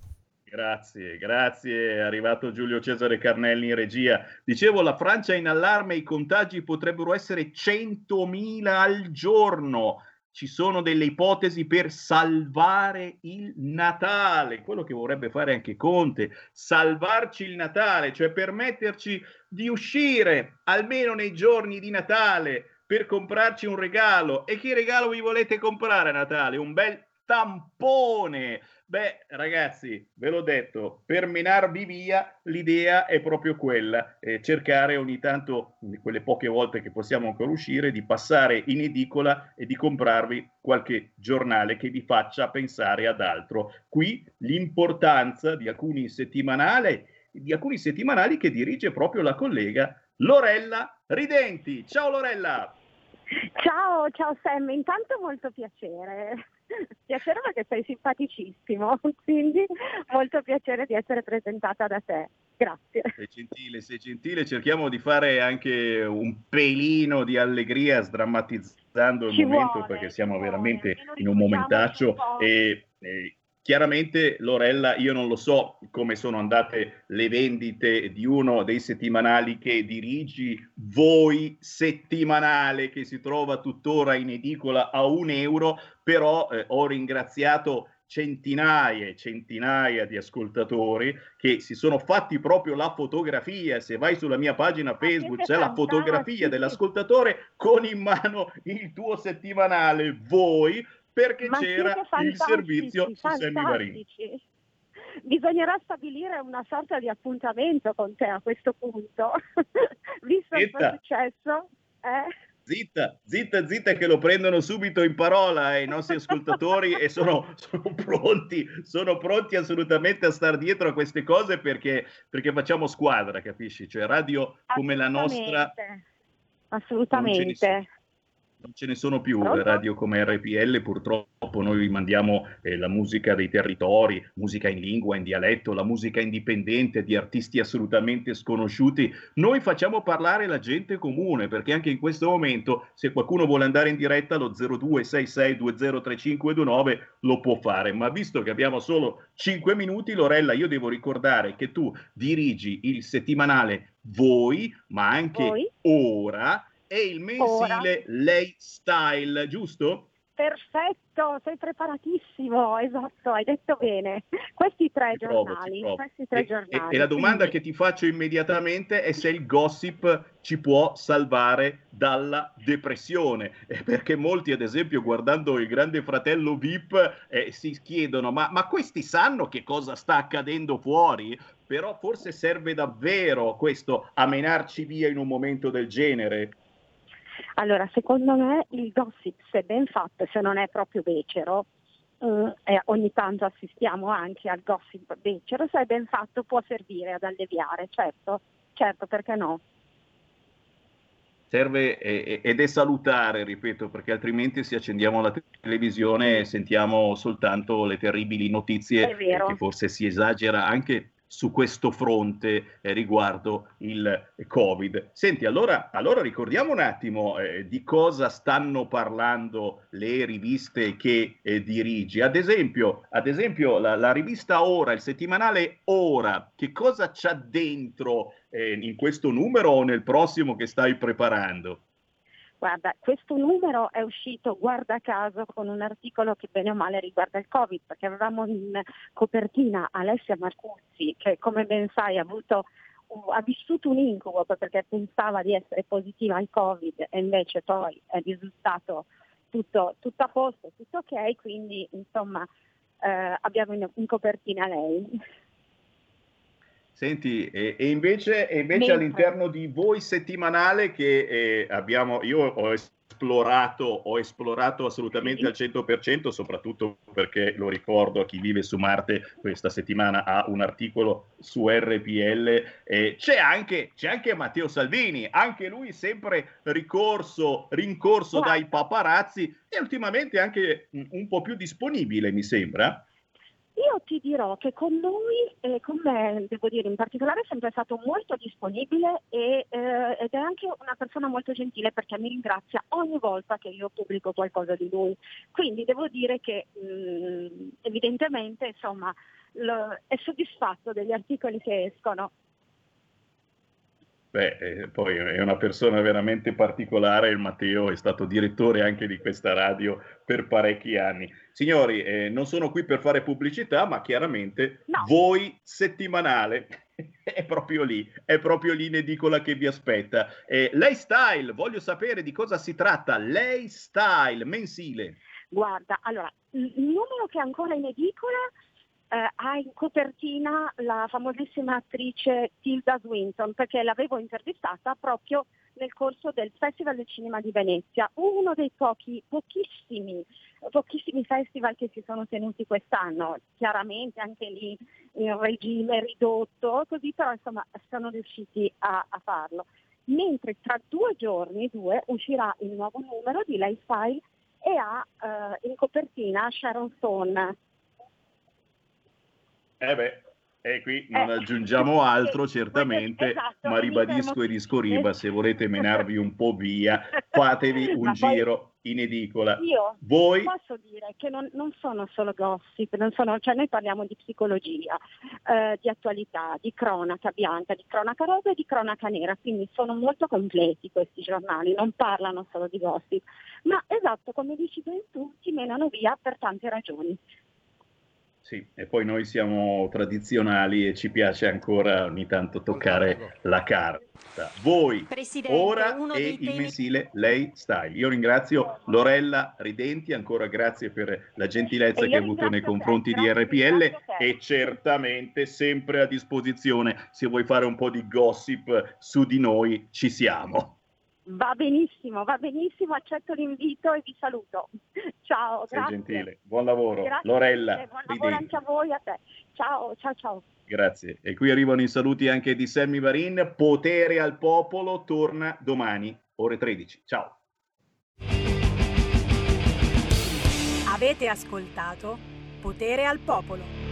Grazie, grazie, è arrivato Giulio Cesare Carnelli in regia. Dicevo, la Francia è in allarme, i contagi potrebbero essere centomila al giorno. Ci sono delle ipotesi per salvare il Natale, quello che vorrebbe fare anche Conte, salvarci il Natale, cioè permetterci di uscire almeno nei giorni di Natale per comprarci un regalo. E che regalo vi volete comprare a Natale? Un bel tampone! Beh, ragazzi, ve l'ho detto, per menarvi via l'idea è proprio quella, eh, cercare ogni tanto, quelle poche volte che possiamo ancora uscire, di passare in edicola e di comprarvi qualche giornale che vi faccia pensare ad altro. Qui l'importanza di alcuni settimanali, di alcuni settimanali che dirige proprio la collega Lorella Ridenti. Ciao Lorella! Ciao, ciao Sam, intanto molto piacere. Piacere perché sei simpaticissimo, quindi molto piacere di essere presentata da te. Grazie. Sei gentile, sei gentile. Cerchiamo di fare anche un pelino di allegria sdrammatizzando il Ci momento, vuole, perché siamo ci veramente vuole. in un momentaccio e, e chiaramente, Lorella, io non lo so come sono andate le vendite di uno dei settimanali che dirigi, Voi settimanale, che si trova tuttora in edicola a un euro, però eh, ho ringraziato centinaia e centinaia di ascoltatori che si sono fatti proprio la fotografia. Se vai sulla mia pagina Facebook c'è la fotografia dell'ascoltatore con in mano il tuo settimanale Voi, perché Ma c'era il servizio su Sammy Varin. Bisognerà stabilire una sorta di appuntamento con te a questo punto, visto il tuo successo. Eh? Zitta, zitta, zitta che lo prendono subito in parola eh, i nostri ascoltatori e sono, sono pronti, sono pronti assolutamente a star dietro a queste cose perché, perché facciamo squadra, capisci? Cioè radio come la nostra... Assolutamente. Non ce ne sono più radio come R P L, purtroppo noi mandiamo eh, la musica dei territori, musica in lingua, in dialetto, la musica indipendente di artisti assolutamente sconosciuti. Noi facciamo parlare la gente comune, perché anche in questo momento, se qualcuno vuole andare in diretta, lo zero due sei sei due zero tre cinque due nove lo può fare. Ma visto che abbiamo solo cinque minuti, Lorella, io devo ricordare che tu dirigi il settimanale Voi, ma anche Voi. Ora, è il mensile Ora. Lei Style, giusto? Perfetto, sei preparatissimo, esatto, hai detto bene. Questi tre Ci provo, giornali, ci provo. questi tre E, giornali. e- e la domanda quindi- che ti faccio immediatamente è se il gossip ci può salvare dalla depressione, Eh, perché molti, ad esempio, guardando il Grande Fratello V I P, eh, si chiedono: ma, ma questi sanno che cosa sta accadendo fuori? Però forse serve davvero questo a menarci via in un momento del genere. Allora, secondo me il gossip, se ben fatto, se non è proprio becero, eh, e ogni tanto assistiamo anche al gossip becero, se è ben fatto può servire ad alleviare, certo, certo, perché no? Serve eh, ed è salutare, ripeto, perché altrimenti se accendiamo la televisione sentiamo soltanto le terribili notizie, È vero. che forse si esagera anche su questo fronte eh, riguardo il Covid. Senti, allora, allora ricordiamo un attimo eh, di cosa stanno parlando le riviste che eh, dirigi. Ad esempio, ad esempio la, la rivista Ora, il settimanale Ora, che cosa c'ha dentro eh, in questo numero o nel prossimo che stai preparando? Guarda, questo numero è uscito, guarda caso, con un articolo che bene o male riguarda il Covid, perché avevamo in copertina Alessia Marcuzzi, che come ben sai ha avuto ha vissuto un incubo perché pensava di essere positiva al Covid e invece poi è risultato tutto, tutto a posto, tutto ok, quindi insomma eh, abbiamo in, in copertina lei. Senti, e, e invece, e invece Mentre- all'interno di Voi Settimanale che eh, abbiamo, io ho esplorato, ho esplorato assolutamente Sì. al cento per cento, soprattutto perché lo ricordo a chi vive su Marte, questa settimana ha un articolo su R P L, eh, c'è anche, c'è anche Matteo Salvini, anche lui sempre ricorso, rincorso Guarda. dai paparazzi e ultimamente anche un, un po' più disponibile, mi sembra. Io ti dirò che con noi, eh, con me devo dire in particolare, è sempre stato molto disponibile e, eh, ed è anche una persona molto gentile perché mi ringrazia ogni volta che io pubblico qualcosa di lui. Quindi devo dire che mh, evidentemente insomma, lo, è soddisfatto degli articoli che escono. Beh, eh, poi è una persona veramente particolare, il Matteo è stato direttore anche di questa radio per parecchi anni. Signori, eh, non sono qui per fare pubblicità, ma chiaramente No. Voi Settimanale è proprio lì, è proprio lì in edicola che vi aspetta. Eh, Lei Style, voglio sapere di cosa si tratta, Lei Style, mensile. Guarda, allora, il il numero che è ancora in edicola eh, ha in copertina la famosissima attrice Tilda Swinton, perché l'avevo intervistata proprio nel corso del Festival del Cinema di Venezia, uno dei pochi, pochissimi, pochissimi festival che si sono tenuti quest'anno, chiaramente anche lì in regime ridotto, così però insomma sono riusciti a, a farlo. Mentre tra due giorni, due, uscirà il nuovo numero di Lifestyle e ha eh, in copertina Sharon Stone. Eh beh, e qui non Eh, aggiungiamo altro sì, certamente, esatto, ma mi ribadisco fermo- e discoriba, se volete menarvi un po' via, fatevi un Ma poi giro in edicola. Io Voi posso dire che non, non sono solo gossip, non sono, cioè noi parliamo di psicologia, eh, di attualità, di cronaca bianca, di cronaca rosa e di cronaca nera, quindi sono molto completi questi giornali, non parlano solo di gossip, ma esatto, come dici ben tu, si menano via per tante ragioni. sì, e poi noi siamo tradizionali e ci piace ancora ogni tanto toccare la carta. Voi, Presidente, Ora uno e dei il temi- mensile Lei Style. Io ringrazio Lorella Ridenti, ancora grazie per la gentilezza E io che ha avuto nei ringrazio te, confronti di grazie, R P L ringrazio te. e certamente sempre a disposizione se vuoi fare un po' di gossip su di noi, ci siamo. Va benissimo, va benissimo, accetto l'invito e vi saluto. Ciao, Sei grazie. gentile, buon lavoro. Grazie, Lorella buon lavoro Ridenti. anche a voi, a te. Ciao, ciao, ciao. Grazie. E qui arrivano i saluti anche di Sammy Varin. Potere al popolo torna domani, ore tredici. Ciao. Avete ascoltato Potere al Popolo.